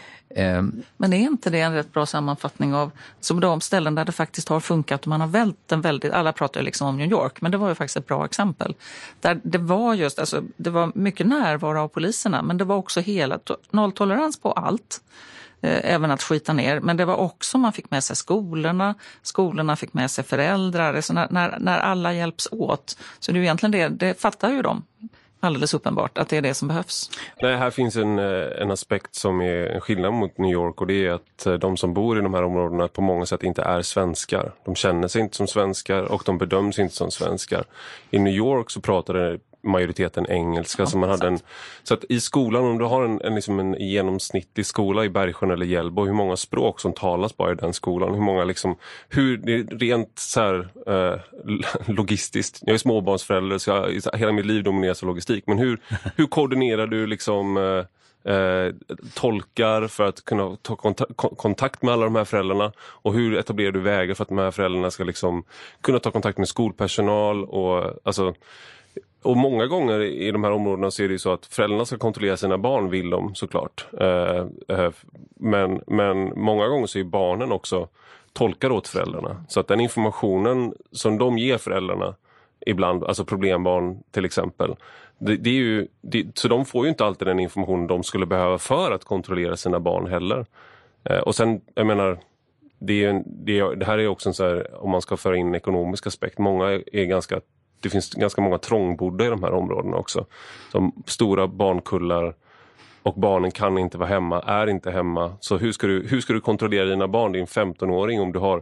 Men är inte det en rätt bra sammanfattning av som de ställen där det faktiskt har funkat och man har vält en väldigt, alla pratar ju liksom om New York, men det var ju faktiskt ett bra exempel. Där det var just, alltså det var mycket närvaro av poliserna, men det var också hela nolltolerans på allt. Eh, även att skita ner, men det var också man fick med sig skolorna, skolorna fick med sig föräldrar, så när, när, när alla hjälps åt. Så det är ju egentligen det, det fattar ju de. Alldeles uppenbart att det är det som behövs. Nej, här finns en, en aspekt som är en skillnad mot New York, och det är att de som bor i de här områdena på många sätt inte är svenskar. De känner sig inte som svenskar och de bedöms inte som svenskar. I New York så pratade majoriteten engelska. Ja, så, man hade en, så att i skolan, om du har en, en, liksom en genomsnittlig skola i Bergsjön eller Hjällbo, hur många språk som talas bara i den skolan, hur många liksom, hur det är rent så här eh, logistiskt. Jag är småbarnsförälder så jag, hela mitt liv domineras av logistik, men hur, hur koordinerar du liksom eh, eh, tolkar för att kunna ta kontakt, kontakt med alla de här föräldrarna, och hur etablerar du vägar för att de här föräldrarna ska liksom kunna ta kontakt med skolpersonal och alltså. Och många gånger i de här områdena så är det ju så att föräldrarna ska kontrollera sina barn, vill de såklart. Eh, eh, men, men många gånger så är barnen också tolkar åt föräldrarna. Så att den informationen som de ger föräldrarna ibland, alltså problembarn till exempel, det, det är ju, det, så de får ju inte alltid den information de skulle behöva för att kontrollera sina barn heller. Eh, och sen, jag menar, det, är, det, är, det här är också en så här, om man ska föra in en ekonomisk aspekt, många är ganska det finns ganska många trångbodda i de här områdena också. Som stora barnkullar, och barnen kan inte vara hemma, är inte hemma. Så hur ska du, hur ska du kontrollera dina barn, din femtonåring, om du har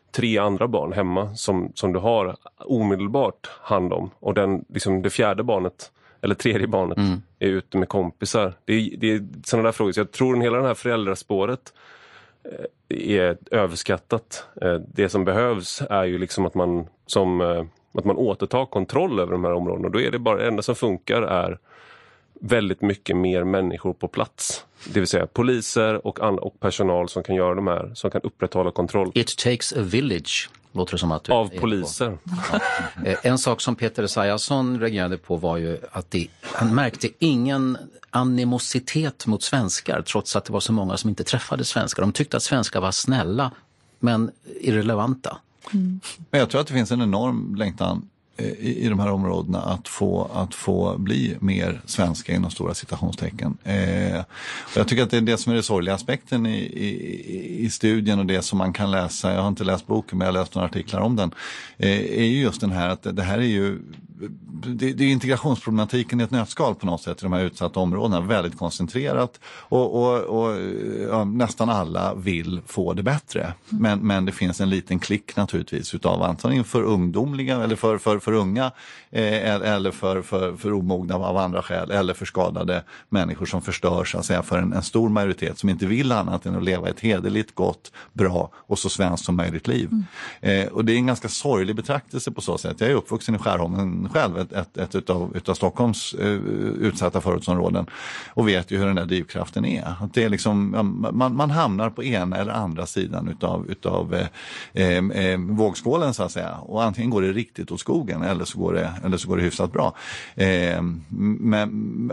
tre andra barn hemma som, som du har omedelbart hand om. Och den, liksom det fjärde barnet, eller tredje barnet, mm. är ute med kompisar. Det är, det är sådana där frågor. Så jag tror att hela det här föräldraspåret eh, är överskattat. Eh, det som behövs är ju liksom att man, som, eh, att man återtar kontroll över de här områdena. Och då är det bara, det enda som funkar är väldigt mycket mer människor på plats. Det vill säga poliser och, an- och personal som kan göra de här, som kan upprätthålla kontroll. It takes a village, låter det som att du av poliser. Ja. En sak som Peter Esaiasson reagerade på var ju att det, han märkte ingen animositet mot svenskar trots att det var så många som inte träffade svenskar. De tyckte att svenskar var snälla men irrelevanta. Mm. Men jag tror att det finns en enorm längtan i, i de här områdena att få, att få bli mer svenska inom stora citationstecken. Eh, och jag tycker att det är det som är det sorgliga aspekten i, i, i studien och det som man kan läsa, jag har inte läst boken men jag har läst några artiklar om den, eh, är ju just den här att det här är ju det, det är integrationsproblematiken i ett nötskal på något sätt i de här utsatta områdena, väldigt koncentrerat och, och, och ja, nästan alla vill få det bättre. Men, men det finns en liten klick naturligtvis utav antingen för ungdomliga eller för, för, för unga eh, eller för, för, för omogna av andra skäl eller för skadade människor som förstörs så att säga, för en, en stor majoritet som inte vill annat än att leva ett hederligt, gott, bra och så svenskt som möjligt liv. Mm. Eh, och det är en ganska sorglig betraktelse på så sätt. Jag är uppvuxen i Skärholmen själv, ett, ett, ett utav, utav Stockholms uh, utsatta förortsområden och vet ju hur den där drivkraften är. Att det är liksom, man, man hamnar på ena eller andra sidan utav, utav eh, eh, vågskålen så att säga. Och antingen går det riktigt åt skogen eller så går det, eller så går det hyfsat bra. Eh, men,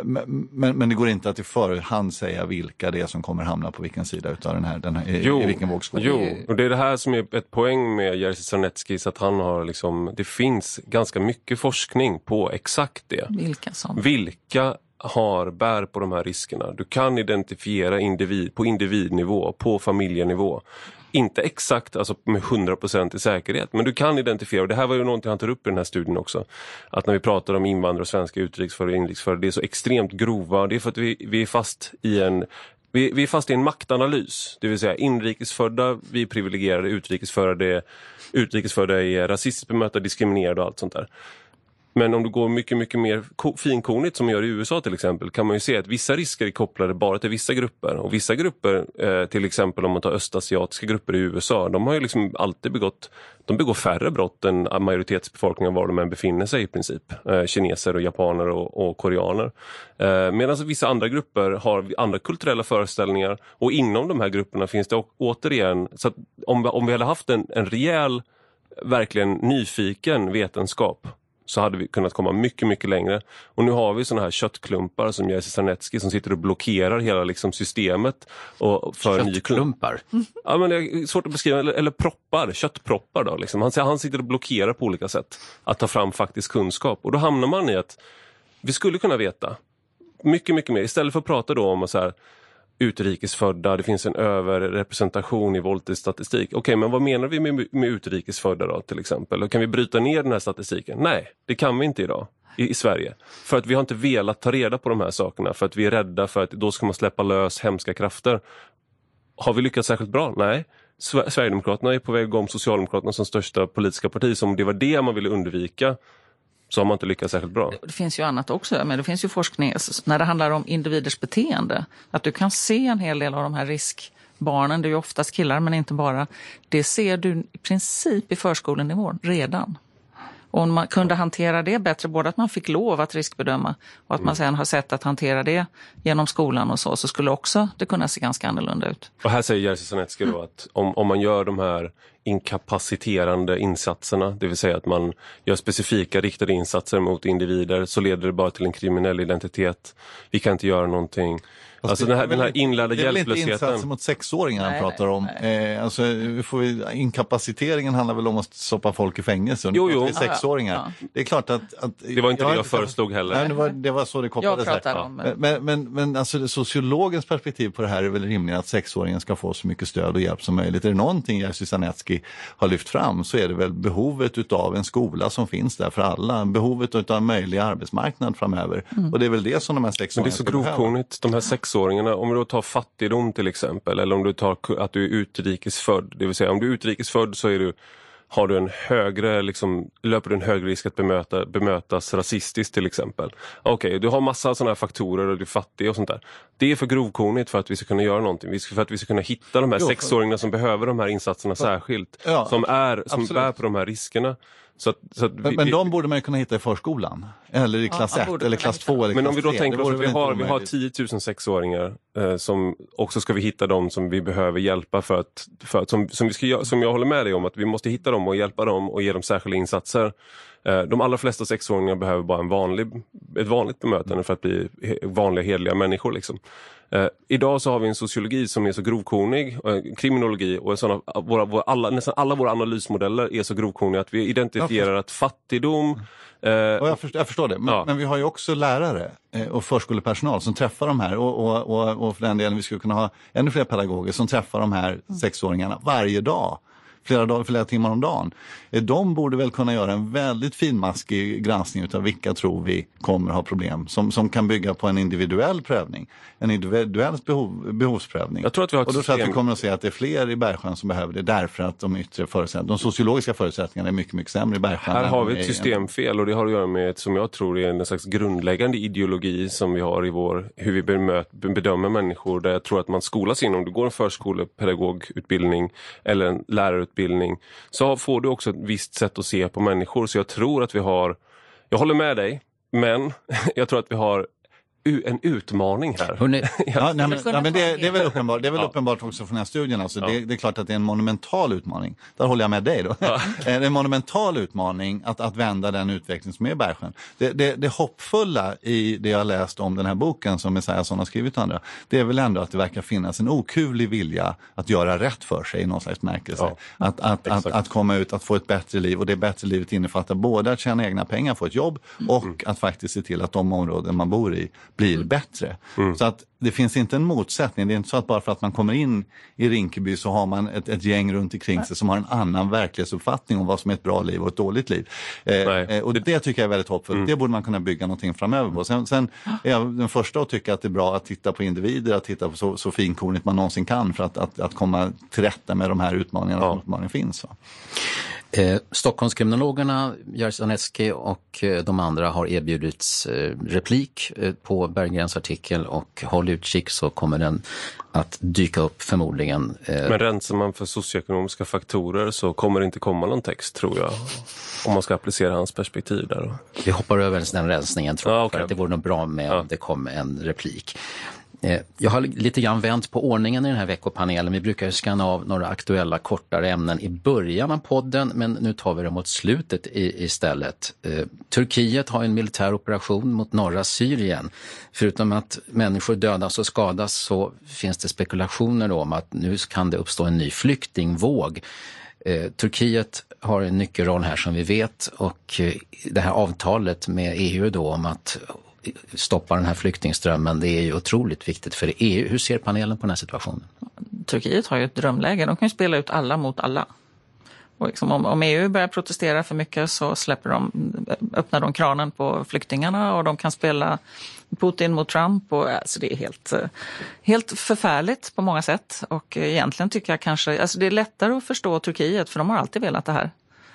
men, men det går inte att i förhand säga vilka det är som kommer hamna på vilken sida utav den här, den här jo, i vilken vågskål. Jo, och det är det här som är ett poäng med Jerzy Sarneckis, att han har liksom, det finns ganska mycket forskning på exakt det. Vilka som? Vilka har bär på de här riskerna. Du kan identifiera individ på individnivå, på familjenivå. Inte exakt, alltså med hundra procent i säkerhet, men du kan identifiera, och det här var ju någonting han tar upp i den här studien också, att när vi pratar om invandrare och svenska utrikesfödda och inrikesfödda, det är så extremt grova, det är för att vi, vi är fast i en vi, vi är fast i en maktanalys, det vill säga inrikesfödda, vi är privilegierade, utrikesfödda, utrikesfödda är rasistiskt bemötta, diskriminerade och allt sånt där. Men om du går mycket, mycket mer finkornigt som man gör i U S A till exempel, kan man ju se att vissa risker är kopplade bara till vissa grupper. Och vissa grupper, eh, till exempel om man tar östasiatiska grupper i U S A, de har ju liksom alltid begått, de begår färre brott än majoritetsbefolkningen var de än befinner sig i princip. Eh, kineser och japaner och, och koreaner. Eh, medan vissa andra grupper har andra kulturella föreställningar, och inom de här grupperna finns det återigen, så att om, om vi hade haft en, en rejäl, verkligen nyfiken vetenskap, så hade vi kunnat komma mycket, mycket längre. Och nu har vi såna här köttklumpar som Jerzy Sarnecki som sitter och blockerar hela liksom systemet. Och för köttklumpar? Ny... Ja, men det är svårt att beskriva. Eller, eller proppar, köttproppar då. Liksom. Han, han sitter och blockerar på olika sätt att ta fram faktisk kunskap. Och då hamnar man i att vi skulle kunna veta mycket, mycket mer. Istället för att prata då om så här, utrikesfödda, det finns en överrepresentation i våldtäktsstatistik. Okej, okay, men vad menar vi med, med utrikesfödda då till exempel? Och kan vi bryta ner den här statistiken? Nej, det kan vi inte idag i, i Sverige. För att vi har inte velat ta reda på de här sakerna, för att vi är rädda för att då ska man släppa lös hemska krafter. Har vi lyckats särskilt bra? Nej. Sverigedemokraterna är på väg om Socialdemokraterna som största politiska parti, som det var det man ville undvika. Så har man inte lyckats särskilt bra. Det finns ju annat också, men det finns ju forskning när det handlar om individers beteende. Att du kan se en hel del av de här riskbarnen, det är ju oftast killar men inte bara. Det ser du i princip i förskolenivån redan. Och om man kunde hantera det bättre, både att man fick lov att riskbedöma och att man sen har sett att hantera det genom skolan och så, så skulle också det kunna se ganska annorlunda ut. Och här säger Jerzy Sarnecki då att om, om man gör de här inkapaciterande insatserna, det vill säga att man gör specifika riktade insatser mot individer, så leder det bara till en kriminell identitet. Vi kan inte göra någonting. Alltså, alltså den här, den här inlärda hjälplösheten. Det är väl inte insatser mot sexåringar han nej, pratar om. Eh, alltså, vi får vi, inkapaciteringen handlar väl om att stoppa folk i fängelse. Jo, jo. Sexåringar. Ja, ja. Det är klart att... att det var inte jag det jag föreslog heller. Nej, det var, det var så det kopplades. Jag pratar om. Men, men, men, men alltså, sociologens perspektiv på det här är väl rimligt att sexåringen ska få så mycket stöd och hjälp som möjligt. Är det någonting Jerzy Sarnecki har lyft fram, så är det väl behovet utav en skola som finns där för alla. Behovet utav en möjlig arbetsmarknad framöver. Mm. Och det är väl det som de här sexåringarna ska behöva. Men det är så grovkornigt. De här sex sexåringarna, om du då tar fattigdom till exempel, eller om du tar att du är utrikesfödd, det vill säga om du är utrikesfödd så är du, har du en högre, liksom, löper du en högre risk att bemöta, bemötas rasistiskt till exempel. Okej, okay, du har massa sådana här faktorer och du är fattig och sånt där. Det är för grovkornigt för att vi ska kunna göra någonting. För att vi ska kunna hitta de här jo, sexåringarna som behöver de här insatserna för, särskilt. Ja, som är, som bär på de här riskerna. Så att, så att vi, men, men de borde man ju kunna hitta i förskolan. Eller i klass ett, eller klass två, eller klass tre. Men om vi då tänker oss att vi har, vi har tio tusen sexåringar eh, som också ska vi hitta dem som vi behöver hjälpa för att, för att som, som, vi ska, som jag håller med dig om, att vi måste hitta dem och hjälpa dem och ge dem särskilda insatser. Eh, de allra flesta sexåringar behöver bara en vanlig, ett vanligt bemötande för att bli vanliga, hedliga människor liksom. Eh, idag så har vi en sociologi som är så grovkornig, eh, kriminologi och såna, våra, våra, alla, nästan alla våra analysmodeller är så grovkorniga att vi identifierar att fattigdom... Eh, och jag, förstår, jag förstår det, men, ja. men vi har ju också lärare eh, och förskolepersonal som träffar de här och, och, och, och för den delen vi skulle kunna ha ännu fler pedagoger som träffar de här mm. sexåringarna varje dag. Flera, dagar, flera timmar om dagen. De borde väl kunna göra en väldigt finmaskig granskning utav vilka tror vi kommer ha problem. Som, som kan bygga på en individuell prövning. En individuell behov, behovsprövning. Jag tror att vi har ett och då system... tror jag att vi kommer att se att det är fler i Bergsjön som behöver det. Därför att de yttre förutsättningarna, de sociologiska förutsättningarna är mycket, mycket sämre i Bergsjön. Här har vi ett systemfel och det har att göra med ett, som jag tror är en slags grundläggande ideologi som vi har i vår, hur vi bemöt, bedömer människor. Där jag tror att man skolas in, om du går en förskolepedagogutbildning eller en lärarutbildning, så får du också ett visst sätt att se på människor. Så jag tror att vi har, jag håller med dig, men jag tror att vi har en utmaning här. Hörrni, ja, nej, men, ja, men det, det är väl uppenbart, det är väl ja. uppenbart också från den här studien. Alltså. Ja. Det, det är klart att det är en monumental utmaning. Där håller jag med dig då. Ja. Det är en monumental utmaning att, att vända den utveckling som är i Bergsjön. Det, det, det hoppfulla i det jag läst om den här boken som Esaiasson har skrivit andra, det är väl ändå att det verkar finnas en okuvlig vilja att göra rätt för sig i någon slags märkelse. Ja. Att, att, att, att komma ut, att få ett bättre liv, och det bättre livet innefattar både att tjäna egna pengar, få ett jobb och mm. att faktiskt se till att de områden man bor i blir mm. bättre. Mm. Så att det finns inte en motsättning. Det är inte så att bara för att man kommer in i Rinkeby så har man ett, ett gäng runt omkring sig som har en annan verklighetsuppfattning om vad som är ett bra liv och ett dåligt liv. Eh, och det tycker jag är väldigt hoppfullt. Mm. Det borde man kunna bygga någonting framöver på. Sen, sen är jag den första att tycka att det är bra att titta på individer, att titta på så, så finkornigt man någonsin kan för att, att, att komma till rätta med de här utmaningarna ja. som uppenbarligen finns. Va? Eh, Stockholmskriminologerna, Jerzy Sarnecki och eh, de andra har erbjudits eh, replik eh, på Berggrens artikel, och håll utkik så kommer den att dyka upp förmodligen. Eh. Men rensar man för socioekonomiska faktorer så kommer det inte komma någon text, tror jag, om man ska applicera hans perspektiv där. Vi hoppar över den rensningen, tror jag, ja, okay. för att det vore nog bra med ja. om det kom en replik. Jag har lite grann vänt på ordningen i den här veckopanelen. Vi brukar ju skanna av några aktuella kortare ämnen i början av podden, men nu tar vi dem mot slutet i, istället. Eh, Turkiet har en militär operation mot norra Syrien. Förutom att människor dödas och skadas så finns det spekulationer om att nu kan det uppstå en ny flyktingvåg. Eh, Turkiet har en nyckelroll här som vi vet, och eh, det här avtalet med E U då om att stoppa den här flyktingströmmen, det är ju otroligt viktigt för E U. Hur ser panelen på den här situationen? Turkiet har ju ett drömläge. De kan ju spela ut alla mot alla. Och liksom om, om E U börjar protestera för mycket så släpper de, öppnar de kranen på flyktingarna, och de kan spela Putin mot Trump. Och, alltså det är helt, helt förfärligt på många sätt. Och egentligen tycker jag kanske, alltså det är lättare att förstå Turkiet, för de har alltid velat det här.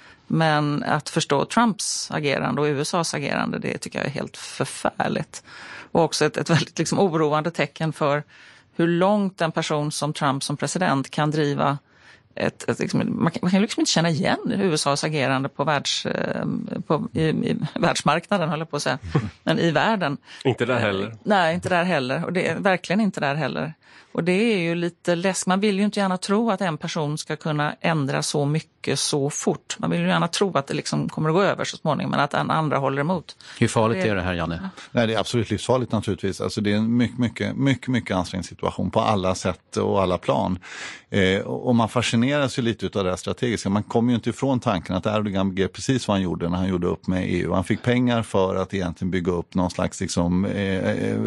Men att förstå Trumps agerande och U S A:s agerande, det tycker jag är helt förfärligt. Och också ett, ett väldigt liksom oroande tecken för hur långt en person som Trump som president kan driva ett, ett liksom, man, kan, man kan liksom inte känna igen U S A:s agerande på, världs, på i, i världsmarknaden, håller på att säga, men i världen. Inte där heller. Nej, inte där heller. Och det är verkligen inte där heller. Och det är ju lite läsk. Man vill ju inte gärna tro att en person ska kunna ändra så mycket så fort. Man vill ju gärna tro att det liksom kommer att gå över så småningom, men att en andra håller emot. Hur farligt är det här, Janne? Nej, det är absolut livsfarligt naturligtvis. Alltså det är en mycket, mycket, mycket, mycket ansträngd situation på alla sätt och alla plan. Eh, och man fascineras fascineras ju lite av det här strategiska. Man kommer ju inte ifrån tanken att Erdogan begrep precis vad han gjorde när han gjorde upp med E U. Han fick pengar för att egentligen bygga upp någon slags liksom, eh,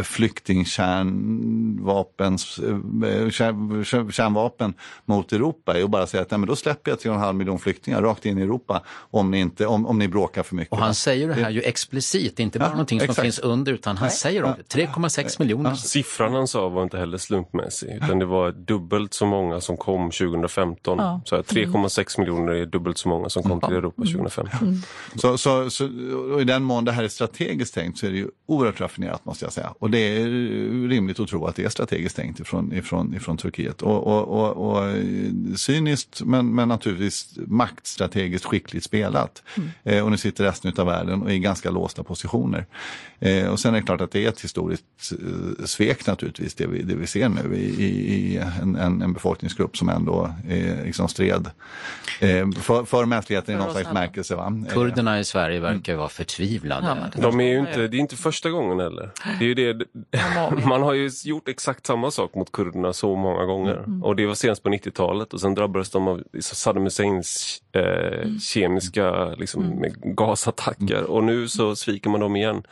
flyktingkärnvapens eh, kär, kärnvapen mot Europa och bara säga att nej, men då släpper jag tre och en halv miljon flyktingar rakt in i Europa om ni, inte, om, om ni bråkar för mycket. Och han säger det här ju explicit, inte bara ja, någonting som exakt. finns under utan han nej. säger om det. tre komma sex miljoner. Ja. Siffran han sa var inte heller slumpmässig utan det var dubbelt så många som kom tjugohundrafemton. Ja. Så tre komma sex miljoner är dubbelt så många som kom till Europa tjugohundrafemton. Mm. Så, så, så och i den mån det här är strategiskt tänkt så är det ju oerhört raffinerat måste jag säga. Och det är rimligt att tro att det är strategiskt tänkt ifrån, ifrån, ifrån Turkiet. Och, och, och, och cyniskt men, men naturligtvis maktstrategiskt skickligt spelat. Mm. Eh, och nu sitter resten av världen och är i ganska låsta positioner. Eh, och sen är det klart att det är ett historiskt eh, svek naturligtvis det vi, det vi ser nu i, i, i en, en, en befolkningsgrupp som ändå eh, liksom stred eh, för, för mänskligheten i någon slags märkelse. Va? Kurderna i Sverige verkar ju vara förtvivlade. Ja, de är ju inte, det är inte första gången heller. Det är ju det, man har ju gjort exakt samma sak mot kurderna så många gånger. Mm. Och det var senast på nittiotalet och sen drabbades de av Saddam Husseins eh, mm. kemiska liksom, mm. gasattacker. Mm. Och nu så sviker man dem igen.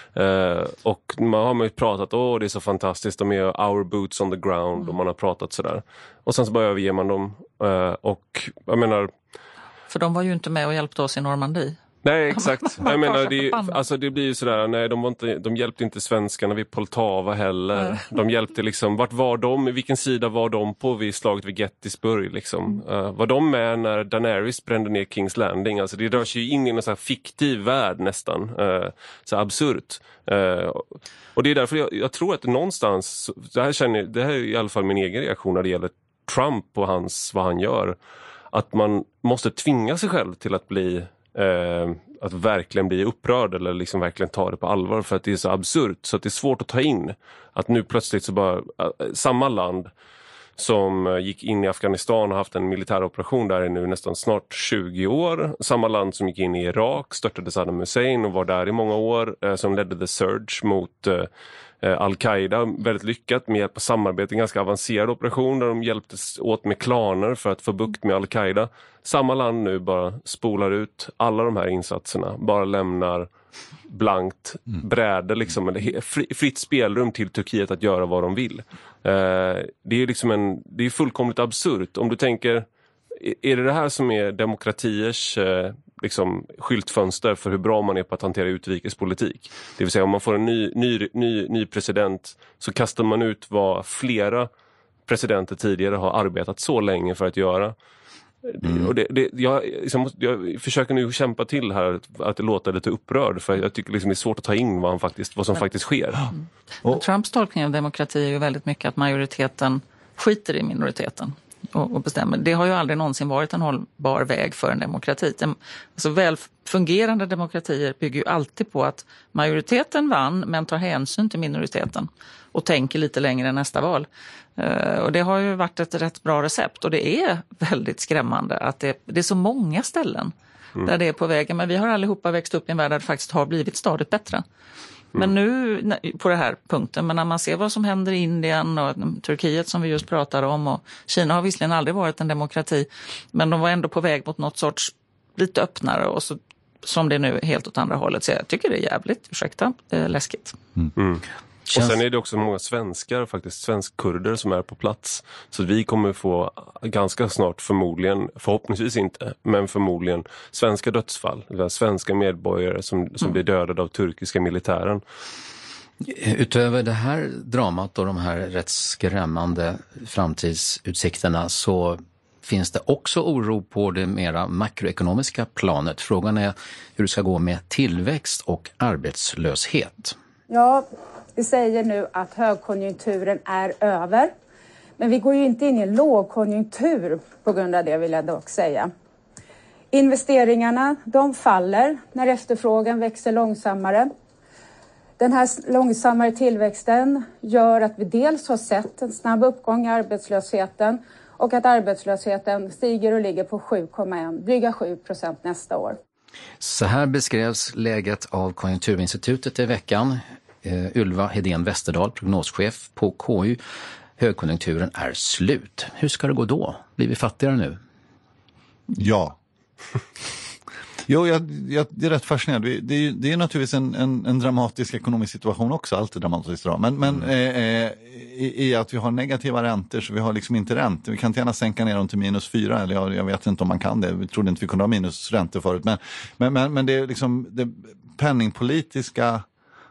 Uh, och man har man ju pratat, åh det är så fantastiskt, de är our boots on the ground mm. och man har pratat sådär. Och sen så bara överger man dem uh, och jag menar... För de var ju inte med och hjälpte oss i Normandie. Nej, exakt. Jag menar, det, alltså, det blir ju sådär, nej de, var inte, de hjälpte inte svenskarna vid Poltava heller. Nej. De hjälpte liksom, vart var de, vilken sida var de på vid slaget vid Gettysburg liksom? Mm. Uh, var de med när Daenerys brände ner King's Landing? Alltså det rör sig ju in i en sån här fiktiv värld nästan. Uh, så absurt. Uh, och det är därför jag, jag tror att någonstans, det här, känner, det här är i alla fall min egen reaktion när det gäller Trump och hans, vad han gör. Att man måste tvinga sig själv till att bli Eh, att verkligen bli upprörd eller liksom verkligen ta det på allvar för att det är så absurt så att det är svårt att ta in att nu plötsligt så bara äh, samma land som äh, gick in i Afghanistan och har haft en militär operation där i nu nästan snart tjugo år, samma land som gick in i Irak, störtade Saddam Hussein och var där i många år, äh, som ledde the surge mot äh, Al-Qaida, väldigt lyckat med hjälp av samarbete, en ganska avancerad operation där de hjälptes åt med klaner för att få bukt med Al-Qaida. Samma land nu bara spolar ut alla de här insatserna, bara lämnar blankt bräde liksom, eller fritt spelrum till Turkiet att göra vad de vill. Det är liksom en, det är fullkomligt absurt. Om du tänker, är det det här som är demokratiers liksom skyltfönster för hur bra man är på att hantera utrikespolitik? Det vill säga om man får en ny, ny, ny, ny president så kastar man ut vad flera presidenter tidigare har arbetat så länge för att göra. Mm. Och det, det, jag, liksom, jag försöker nu kämpa till här att, att det låter lite upprörd för jag tycker liksom det är svårt att ta in vad, han faktiskt, vad som Men, faktiskt sker. Mm. Och Trumps tolkning av demokrati är ju väldigt mycket att majoriteten skiter i minoriteten och, och bestämmer. Det har ju aldrig någonsin varit en hållbar väg för en demokrati. Alltså väl fungerande demokratier bygger ju alltid på att majoriteten vann men tar hänsyn till minoriteten och tänker lite längre än nästa val. Uh, och det har ju varit ett rätt bra recept och det är väldigt skrämmande att det, det är så många ställen mm. där det är på vägen. Men vi har allihopa växt upp i en värld där det faktiskt har blivit stadigt bättre. Mm. Men nu på det här punkten, men när man ser vad som händer i Indien och Turkiet som vi just pratade om och Kina har visserligen aldrig varit en demokrati men de var ändå på väg mot något sorts lite öppnare och så som det är nu helt åt andra hållet. Så jag tycker det är jävligt, ursäkta, eh, läskigt. Mm. Mm. Och sen är det också många svenskar, faktiskt svenskkurder som är på plats. Så vi kommer få ganska snart förmodligen, förhoppningsvis inte, men förmodligen svenska dödsfall. Svenska medborgare som, som mm. blir dödade av turkiska militären. Utöver det här dramat och de här rätt skrämmande framtidsutsikterna så finns det också oro på det mera makroekonomiska planet. Frågan är hur det ska gå med tillväxt och arbetslöshet. Ja, vi säger nu att högkonjunkturen är över. Men vi går ju inte in i en lågkonjunktur på grund av det, vill jag dock säga. Investeringarna, de faller när efterfrågan växer långsammare. Den här långsammare tillväxten gör att vi dels har sett en snabb uppgång i arbetslösheten och att arbetslösheten stiger och ligger på sju komma ett, dryga sju procent nästa år. Så här beskrevs läget av Konjunkturinstitutet i veckan. Uh, Ylva Hedén Westerdahl, prognoschef på K U. högkonjunkturen är slut. Hur ska det gå då? Blir vi fattigare nu? Ja. Jo, jag, jag, det är rätt fascinerande. Det är, det är naturligtvis en, en, en dramatisk ekonomisk situation också, allt är dramatiskt bra. Men, men mm. eh, i, i att vi har negativa räntor, så vi har liksom inte räntor. Vi kan inte gärna sänka ner dem till minus fyra, eller jag, jag vet inte om man kan det. Vi trodde inte vi kunde ha minusräntor förut. Men, men, men, men det är liksom det penningpolitiska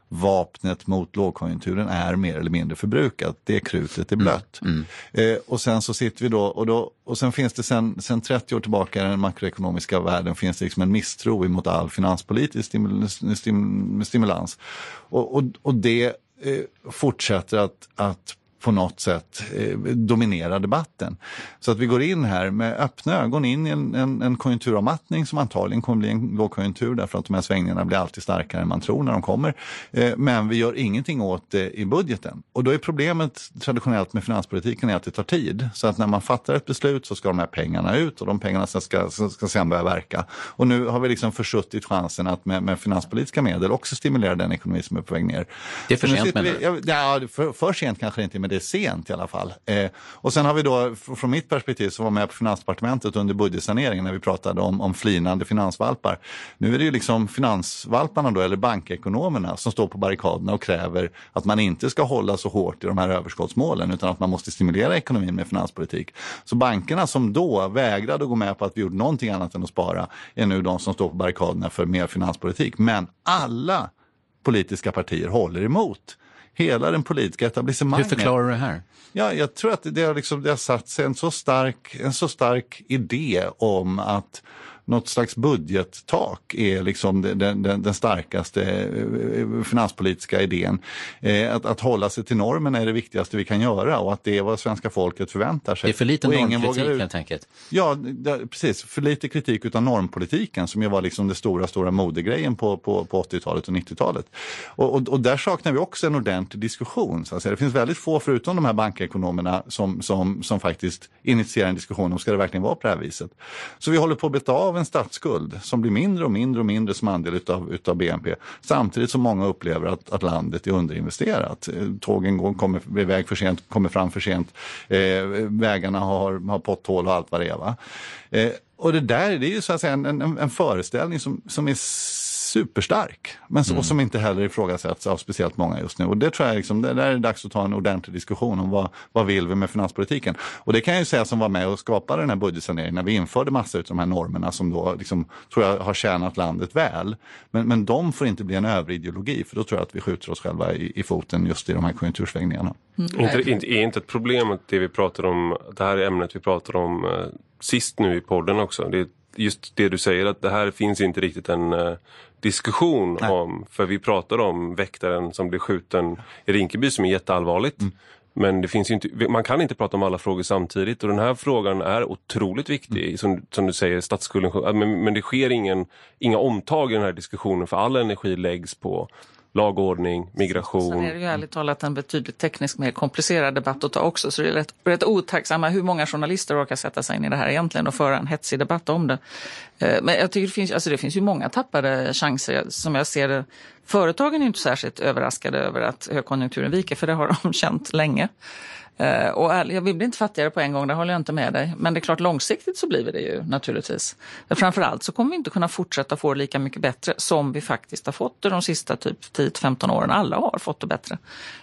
vapnet mot lågkonjunkturen är mer eller mindre förbrukat. Det krutet är blött. Mm. Mm. Eh, och sen så sitter vi då och, då, och sen finns det sen, sen trettio år tillbaka i den makroekonomiska världen finns det liksom en misstro mot all finanspolitisk stimulans. Stim, stimulans. Och, och, och det eh, fortsätter att, att på något sätt eh, dominera debatten. Så att vi går in här med öppna ögon in i en, en, en konjunkturavmattning som antagligen kommer bli en lågkonjunktur, därför att de här svängningarna blir alltid starkare än man tror när de kommer. Eh, men vi gör ingenting åt det i budgeten. Och då är problemet traditionellt med finanspolitiken är att det tar tid. Så att när man fattar ett beslut så ska de här pengarna ut och de pengarna ska, ska, ska sen börja verka. Och nu har vi liksom försuttit chansen att med, med finanspolitiska medel också stimulera den ekonomi som är på väg ner. Det är för sent, menar du? Ja, för, för sent kanske inte, men det är sent i alla fall. Eh, och sen har vi då, från mitt perspektiv, så var med på Finansdepartementet under budgetsaneringen när vi pratade om, om flinande finansvalpar. Nu är det ju liksom finansvalparna då, eller bankekonomerna, som står på barrikaderna och kräver att man inte ska hålla så hårt i de här överskottsmålen, utan att man måste stimulera ekonomin med finanspolitik. Så bankerna som då vägrade att gå med på att vi gjorde någonting annat än att spara är nu de som står på barrikaderna för mer finanspolitik. Men alla politiska partier håller emot. Hela den politiska etablissemanget. Hur förklarar du det här? Ja, jag tror att det har, liksom, det har satt sig en så stark, en så stark idé om att något slags budgettak är liksom den, den, den starkaste finanspolitiska idén. Eh, att, att hålla sig till normen är det viktigaste vi kan göra, och att det är vad svenska folket förväntar sig. Det är för lite normkritik helt enkelt. Ja, det, precis. För lite kritik utan normpolitiken, som ju var liksom det stora, stora modegrejen på, på, på åttiotalet och nittiotalet. Och, och, och där saknar vi också en ordentlig diskussion. Så att säga. Det finns väldigt få, förutom de här bankekonomerna, som, som, som faktiskt initierar en diskussion om ska det verkligen vara på det här viset. Så vi håller på att beta av en statsskuld som blir mindre och mindre och mindre som andel utav, utav B N P. Samtidigt som många upplever att, att landet är underinvesterat. Tågen går, kommer iväg för sent, kommer fram för sent. Eh, vägarna har, har potthål och allt vad det är. Va? Eh, och det där, det är ju så att säga en, en, en föreställning som, som är superstark, men så, mm. som inte heller ifrågasätts av speciellt många just nu. Och det tror jag liksom, det där är dags att ta en ordentlig diskussion om vad, vad vill vi med finanspolitiken. Och det kan jag ju säga som var med och skapade den här budgetsaneringen när vi införde massa av de här normerna som då liksom, tror jag har tjänat landet väl. Men, men de får inte bli en överideologi, för då tror jag att vi skjuter oss själva i, i foten just i de här konjunktursvängningarna. Mm. Inte, inte, är inte ett problem att det vi pratar om, det här ämnet vi pratar om eh, sist nu i podden också, det är just det du säger, att det här finns inte riktigt en eh, diskussion Nej. om, för vi pratar om väktaren som blir skjuten i Rinkeby som är jätteallvarligt. Mm. Men det finns inte, man kan inte prata om alla frågor samtidigt, och den här frågan är otroligt viktig, mm. som, som du säger, statsskulden, men, men det sker ingen, inga omtag i den här diskussionen, för all energi läggs på lagordning, migration. Sen är det ju ärligt talat en betydligt tekniskt mer komplicerad debatt att ta också, så det är rätt, rätt otacksamma hur många journalister orkar sätta sig in i det här egentligen och föra en hetsig debatt om det. Men jag tycker det finns, alltså det finns ju många tappade chanser som jag ser det. Företagen är inte särskilt överraskade över att högkonjunkturen viker, för det har de känt länge. Uh, och ärligt, jag blir inte fattigare på en gång, det håller jag inte med dig. Men det är klart, långsiktigt så blir det ju naturligtvis. Men framförallt så kommer vi inte kunna fortsätta få det lika mycket bättre som vi faktiskt har fått det de sista typ tio till femton åren. Alla har fått det bättre.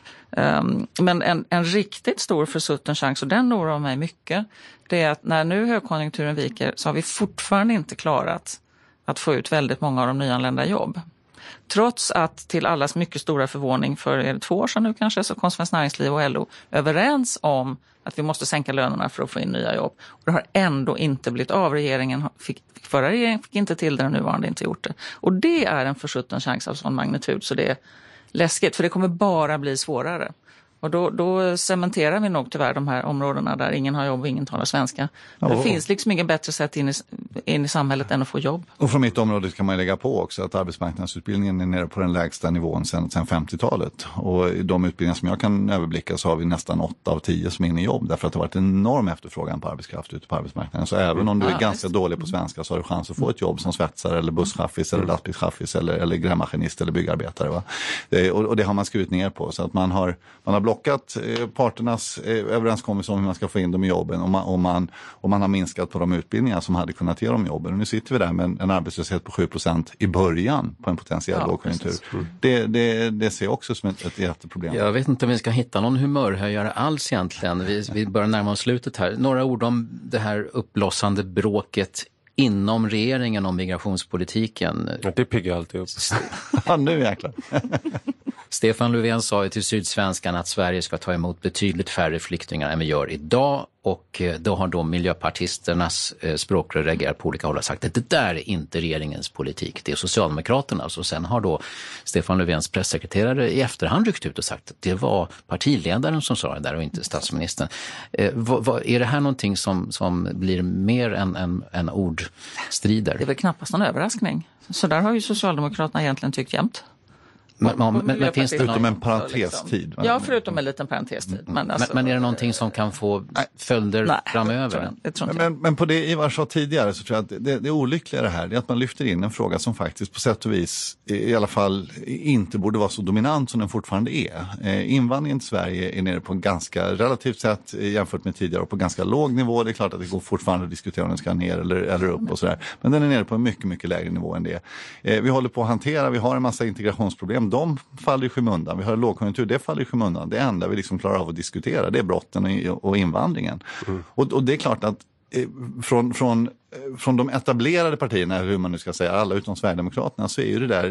Um, men en, en riktigt stor försutten chans, och den oroar mig mycket, det är att när nu högkonjunkturen viker så har vi fortfarande inte klarat att få ut väldigt många av de nyanlända jobb. Trots att till allas mycket stora förvåning för är det två år sedan nu kanske, så kom Svenskt Näringsliv och L O överens om att vi måste sänka lönerna för att få in nya jobb. Och det har ändå inte blivit av. Regeringen fick, förra regeringen fick inte till det, den nuvarande inte gjort det. Och det är en försutten chans av sån magnitud, så det är läskigt, för det kommer bara bli svårare. Och då, då cementerar vi nog tyvärr de här områdena där ingen har jobb och ingen talar svenska. Ja, det finns liksom ingen bättre sätt in i, in i samhället än att få jobb. Och från mitt område kan man lägga på också att arbetsmarknadsutbildningen är nere på den lägsta nivån sedan, sedan femtiotalet. Och i de utbildningar som jag kan överblicka så har vi nästan åtta av tio som är inne i jobb. Därför att det har varit en enorm efterfrågan på arbetskraft ute på arbetsmarknaden. Så även om du är ja, ganska dålig på svenska så har du chans att få ett jobb som svetsare eller busschaffis eller lastbilschaffis eller, eller grävmaskinist eller byggarbetare. Va? Det, och, och det har man skurit ner på. Så att man har, man har blockat eh, parternas eh, överenskommelse om hur man ska få in dem i jobben och man, och, man, och man har minskat på de utbildningar som hade kunnat ge dem jobben. Och nu sitter vi där med en, en arbetslöshet på sju procent i början på en potentiell ja, lågkonjunktur. Mm. Det, det, det ser jag också som ett, ett jätteproblem. Jag vet inte om vi ska hitta någon humörhöjare alls egentligen. Vi, vi börjar närma oss slutet här. Några ord om det här uppblossande bråket inom regeringen om migrationspolitiken. Ja, det piggar alltid upp. Ja, nu jäklar. Stefan Löfven sa ju till Sydsvenskan att Sverige ska ta emot betydligt färre flyktingar än vi gör idag. Och då har då miljöpartisternas språkrör reagerat på olika håll och sagt att det där är inte regeringens politik, det är Socialdemokraternas. Och sen har då Stefan Löfvens pressekreterare i efterhand ryckt ut och sagt att det var partiledaren som sa det där och inte statsministern. Eh, vad, vad, är det här någonting som, som blir mer än, än, än ordstrider? Det är väl knappast någon överraskning. Så där har ju Socialdemokraterna egentligen tyckt jämt. Men, men, men, men finns det förutom någon... en parentestid? Va? Ja, förutom en liten parentestid. Men, men, alltså, men är det någonting som kan få följder nej, framöver? Tror jag, det tror men, men, men på det Ivar sa tidigare så tror jag att det, det olyckliga det här är att man lyfter in en fråga som faktiskt på sätt och vis i alla fall inte borde vara så dominant som den fortfarande är. Eh, invandringen till Sverige är nere på en ganska relativt sett jämfört med tidigare och på ganska låg nivå. Det är klart att det går fortfarande att diskutera om den ska ner eller, eller upp och sådär. Men den är nere på en mycket, mycket lägre nivå än det. Eh, vi håller på att hantera, vi har en massa integrationsproblem. De faller i skymundan. Vi har lågkonjunktur, det faller i skymundan. Det enda vi liksom klarar av att diskutera, det är brotten och invandringen. Mm. Och, och det är klart att eh, från, från, från de etablerade partierna, hur man nu ska säga, alla utom Sverigedemokraterna, så är ju det där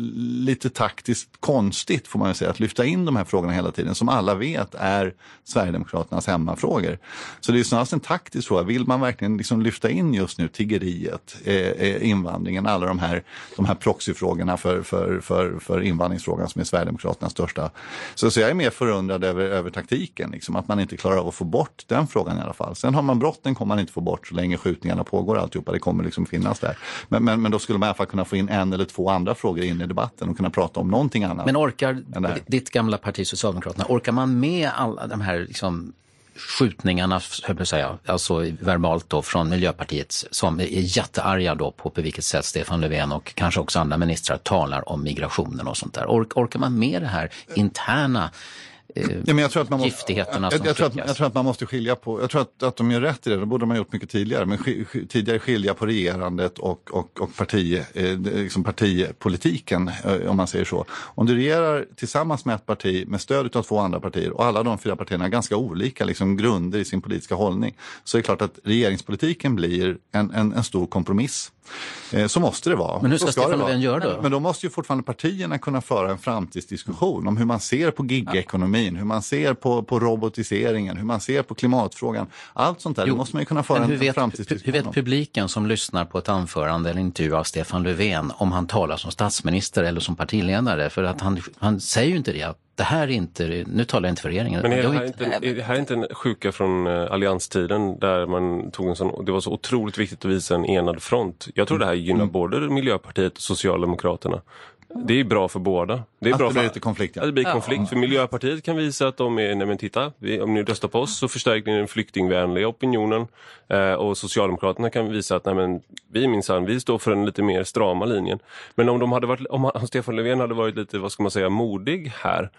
lite taktiskt konstigt, får man ju säga, att lyfta in de här frågorna hela tiden, som alla vet är Sverigedemokraternas hemmafrågor. Så det är ju snarast en taktisk fråga. Vill man verkligen liksom lyfta in just nu tiggeriet, eh, invandringen, alla de här, de här proxyfrågorna för, för, för, för invandringsfrågan som är Sverigedemokraternas största. Så, så jag är mer förundrad över, över taktiken, liksom, att man inte klarar av att få bort den frågan i alla fall. Sen har man brotten, kommer man inte få bort så länge skjutningarna på går alltihopa, det kommer liksom finnas där. Men, men, men då skulle man i alla fall kunna få in en eller två andra frågor in i debatten och kunna prata om någonting annat. Men orkar ditt gamla parti Socialdemokraterna, orkar man med alla de här liksom skjutningarna, höll jag säga, alltså verbalt då från Miljöpartiet som är jättearga då på på vilket sätt Stefan Löfven och kanske också andra ministrar talar om migrationen och sånt där. Ork, orkar man med det här interna Ja, men jag tror att man måste, giftigheterna jag, jag, tror att, jag tror att man måste skilja på, jag tror att, att de gör rätt i det, det borde man ha gjort mycket tidigare, men sk, sk, tidigare skilja på regerandet och, och, och parti, eh, liksom partipolitiken, eh, om man säger så. Om du regerar tillsammans med ett parti med stöd av två andra partier och alla de fyra partierna har ganska olika liksom, grunder i sin politiska hållning, så är det klart att regeringspolitiken blir en, en, en stor kompromiss. Eh, så måste det vara. Men hur ska, ska Stefan Löfven göra då? Men då måste ju fortfarande partierna kunna föra en framtidsdiskussion om hur man ser på gigekonomin, hur man ser på, på robotiseringen, hur man ser på klimatfrågan. Allt sånt där, jo, det måste man ju kunna föra en, vet, en framtidsdiskussion. Hur vet publiken som lyssnar på ett anförande eller intervju av Stefan Löfven om han talar som statsminister eller som partiledare? För att han, han säger ju inte det. Det här är inte, nu talar jag inte för regeringen. Men är det här, inte, är det här inte en sjuka från uh, allianstiden där man tog en sån, det var så otroligt viktigt att visa en enad front. Jag tror det här gynnar mm. både Miljöpartiet och Socialdemokraterna. Det är bra för båda. Det är att bra det blir för, lite konflikt. Ja. Att det blir konflikt. Ja. För Miljöpartiet kan visa att de är, nej men titta, vi, om ni röstar på oss så förstärker ni den flyktingvänliga opinionen. Eh, och Socialdemokraterna kan visa att nej men, vi minsann, vi står för en lite mer strama linjen. Men om de hade varit, om Stefan Löfven hade varit lite, vad ska man säga, modig här,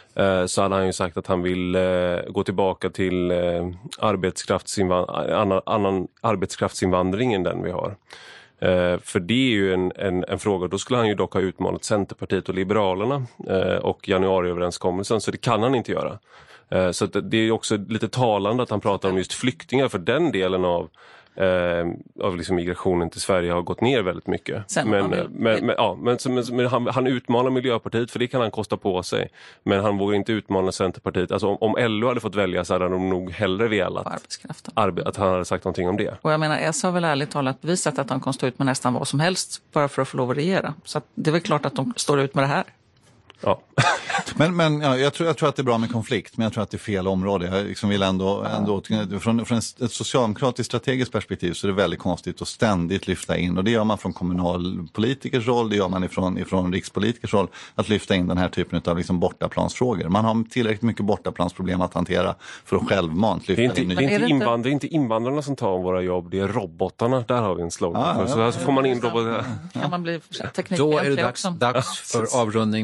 så hade han ju sagt att han vill eh, gå tillbaka till eh, arbetskraftsinvand- annan, annan arbetskraftsinvandring än den vi har. Eh, för det är ju en, en, en fråga, då skulle han ju dock ha utmanat Centerpartiet och Liberalerna eh, och januariöverenskommelsen, så det kan han inte göra. Eh, så att det är också lite talande att han pratar om just flyktingar, för den delen av Eh, av liksom migrationen till Sverige har gått ner väldigt mycket. Sen, men, vill... men, men, ja, men, men, men han, han utmanar Miljöpartiet, för det kan han kosta på sig. Men han vågar inte utmana Centerpartiet. Alltså om, om L O hade fått välja så hade de nog hellre velat arbe- att han hade sagt någonting om det. Och jag menar, S har väl ärligt talat bevisat att han kan stå ut med nästan vad som helst bara för att få lov att regera. Så att det är väl klart att de står ut med det här. Ja. men men ja, jag, tror, jag tror att det är bra med konflikt, men jag tror att det är fel område. Jag liksom vill ändå, ändå från, från ett socialdemokratiskt strategiskt perspektiv så är det väldigt konstigt att ständigt lyfta in, och det gör man från kommunalpolitikers roll, det gör man ifrån, ifrån rikspolitikers roll, att lyfta in den här typen av liksom bortaplansfrågor. Man har tillräckligt mycket bortaplansproblem att hantera för att självmant lyfta det är inte, in. Det är inte, invand- det är inte invandrarna som tar våra jobb, det är robotarna, där har vi en slogan. Ah, så här så får man in robotar. Kan man bli teknik- Då är det dags, dags för avrundning med hjälp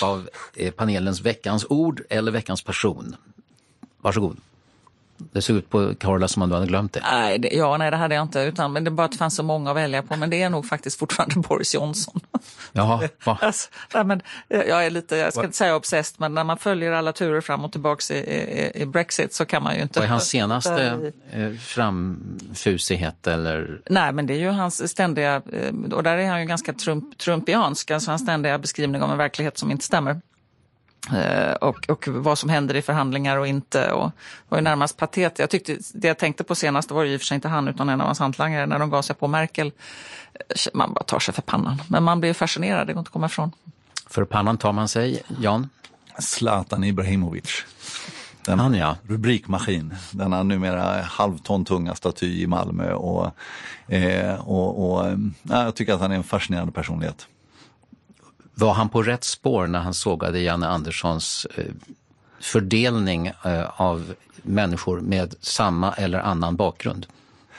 av eh, panelens veckans ord eller veckans person. Varsågod. Det såg ut på Carola som om du hade glömt det. Nej, det, ja, nej, det hade jag inte. Utan, men det bara att det fanns så många att välja på. Men det är nog faktiskt fortfarande Boris Johnson. Jaha, va? Alltså, nej, men, jag är lite, jag ska inte säga obsessed, men när man följer alla turer fram och tillbaka i, i, i Brexit så kan man ju inte... Vad är hans senaste eh, framfusighet eller... Nej, men det är ju hans ständiga, och där är han ju ganska trump, trumpiansk, alltså hans ständiga beskrivning av en verklighet som inte stämmer. Uh, och, och vad som händer i förhandlingar och inte, och var ju närmast patet. Jag tyckte, det jag tänkte på senast var ju i och för sig inte han utan en av hans hantlangare när de gav sig på Merkel. Man bara tar sig för pannan, men man blir fascinerad, det går inte att komma ifrån. För pannan tar man sig, Jan? Zlatan Ibrahimovic. Den han, ja. Rubrikmaskin. Denna numera halvton tunga staty i Malmö och, eh, och, och ja, jag tycker att han är en fascinerande personlighet. Var han på rätt spår när han sågade Janne Anderssons eh, fördelning eh, av människor med samma eller annan bakgrund?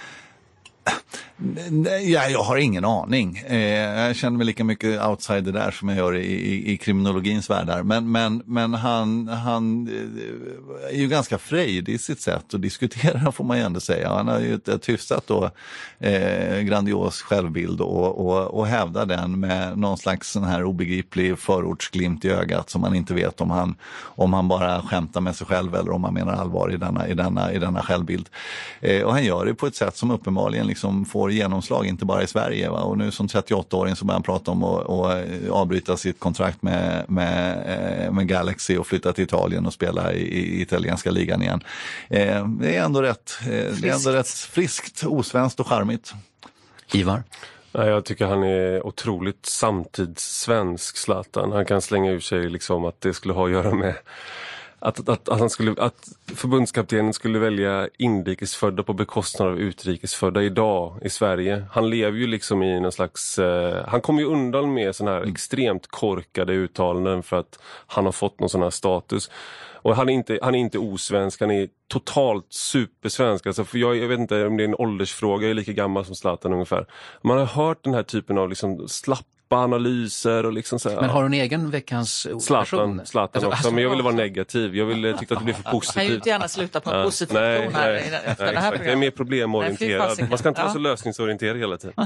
Ja, jag har ingen aning. Eh, jag känner mig lika mycket outsider där som jag gör i, i, i kriminologins världar. Men, men, men han, han är ju ganska frejdig i sitt sätt att diskutera, får man ju ändå säga. Han har ju ett, ett hyfsat och eh, grandios självbild och, och, och hävdar den med någon slags sån här obegriplig förortsglimt i ögat som man inte vet om han, om han bara skämtar med sig själv eller om han menar allvar i denna, i denna, i denna självbild. Eh, och han gör det på ett sätt som uppenbarligen liksom får genomslag, inte bara i Sverige. Va? Och nu som trettioåttaåring så börjar han prata om att och avbryta sitt kontrakt med, med, med Galaxy och flytta till Italien och spela i, i italienska ligan igen. Eh, det är ändå rätt, eh, det är ändå rätt friskt, osvenskt och charmigt. Ivar? Jag tycker han är otroligt samtidssvensk, Zlatan. Han kan slänga ur sig liksom att det skulle ha att göra med Att, att, att, han skulle, att förbundskaptenen skulle välja inrikesfödda på bekostnad av utrikesfödda idag i Sverige. Han lever ju liksom i någon slags... Eh, han kommer ju undan med såna här extremt korkade uttalanden för att han har fått någon sån här status. Och han är inte, han är inte osvensk, han är totalt supersvensk. Alltså för jag, jag vet inte om det är en åldersfråga, jag är lika gammal som Zlatan ungefär. Man har hört den här typen av liksom slapp analyser och liksom så här. Men har du en egen veckans Zlatan, Zlatan också, alltså, men jag ville vara negativ. Jag ville tyckte att det blev för positivt. Jag kan ju inte gärna sluta på en positiv ton nej, här nej, efter nej, det här exakt. Jag är mer problemorienterad. Man ska inte vara så lösningsorienterad hela tiden.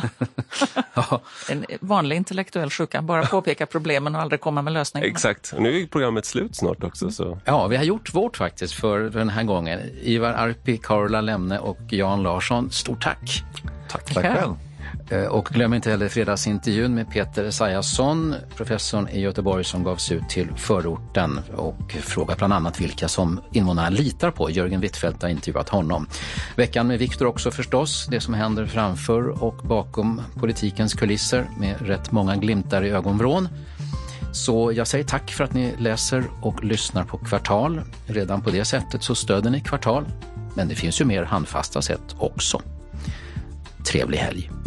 En vanlig intellektuell sjuka, bara påpeka problemen och aldrig komma med lösningar. Exakt. Nu är programmet slut snart också. Så. Ja, vi har gjort vårt faktiskt för den här gången. Ivar Arpi, Carola Lemne och Jan Larsson. Stort tack. Tack, tack själv. Och glöm inte heller fredagsintervjun med Peter Esaiasson, professorn i Göteborg som gavs ut till förorten och frågar bland annat vilka som invånarna litar på. Jörgen Wittfeldt har intervjuat honom. Veckan med Viktor också förstås, det som händer framför och bakom politikens kulisser med rätt många glimtar i ögonvrån. Så jag säger tack för att ni läser och lyssnar på Kvartal. Redan på det sättet så stöder ni Kvartal, men det finns ju mer handfasta sätt också. Trevlig helg.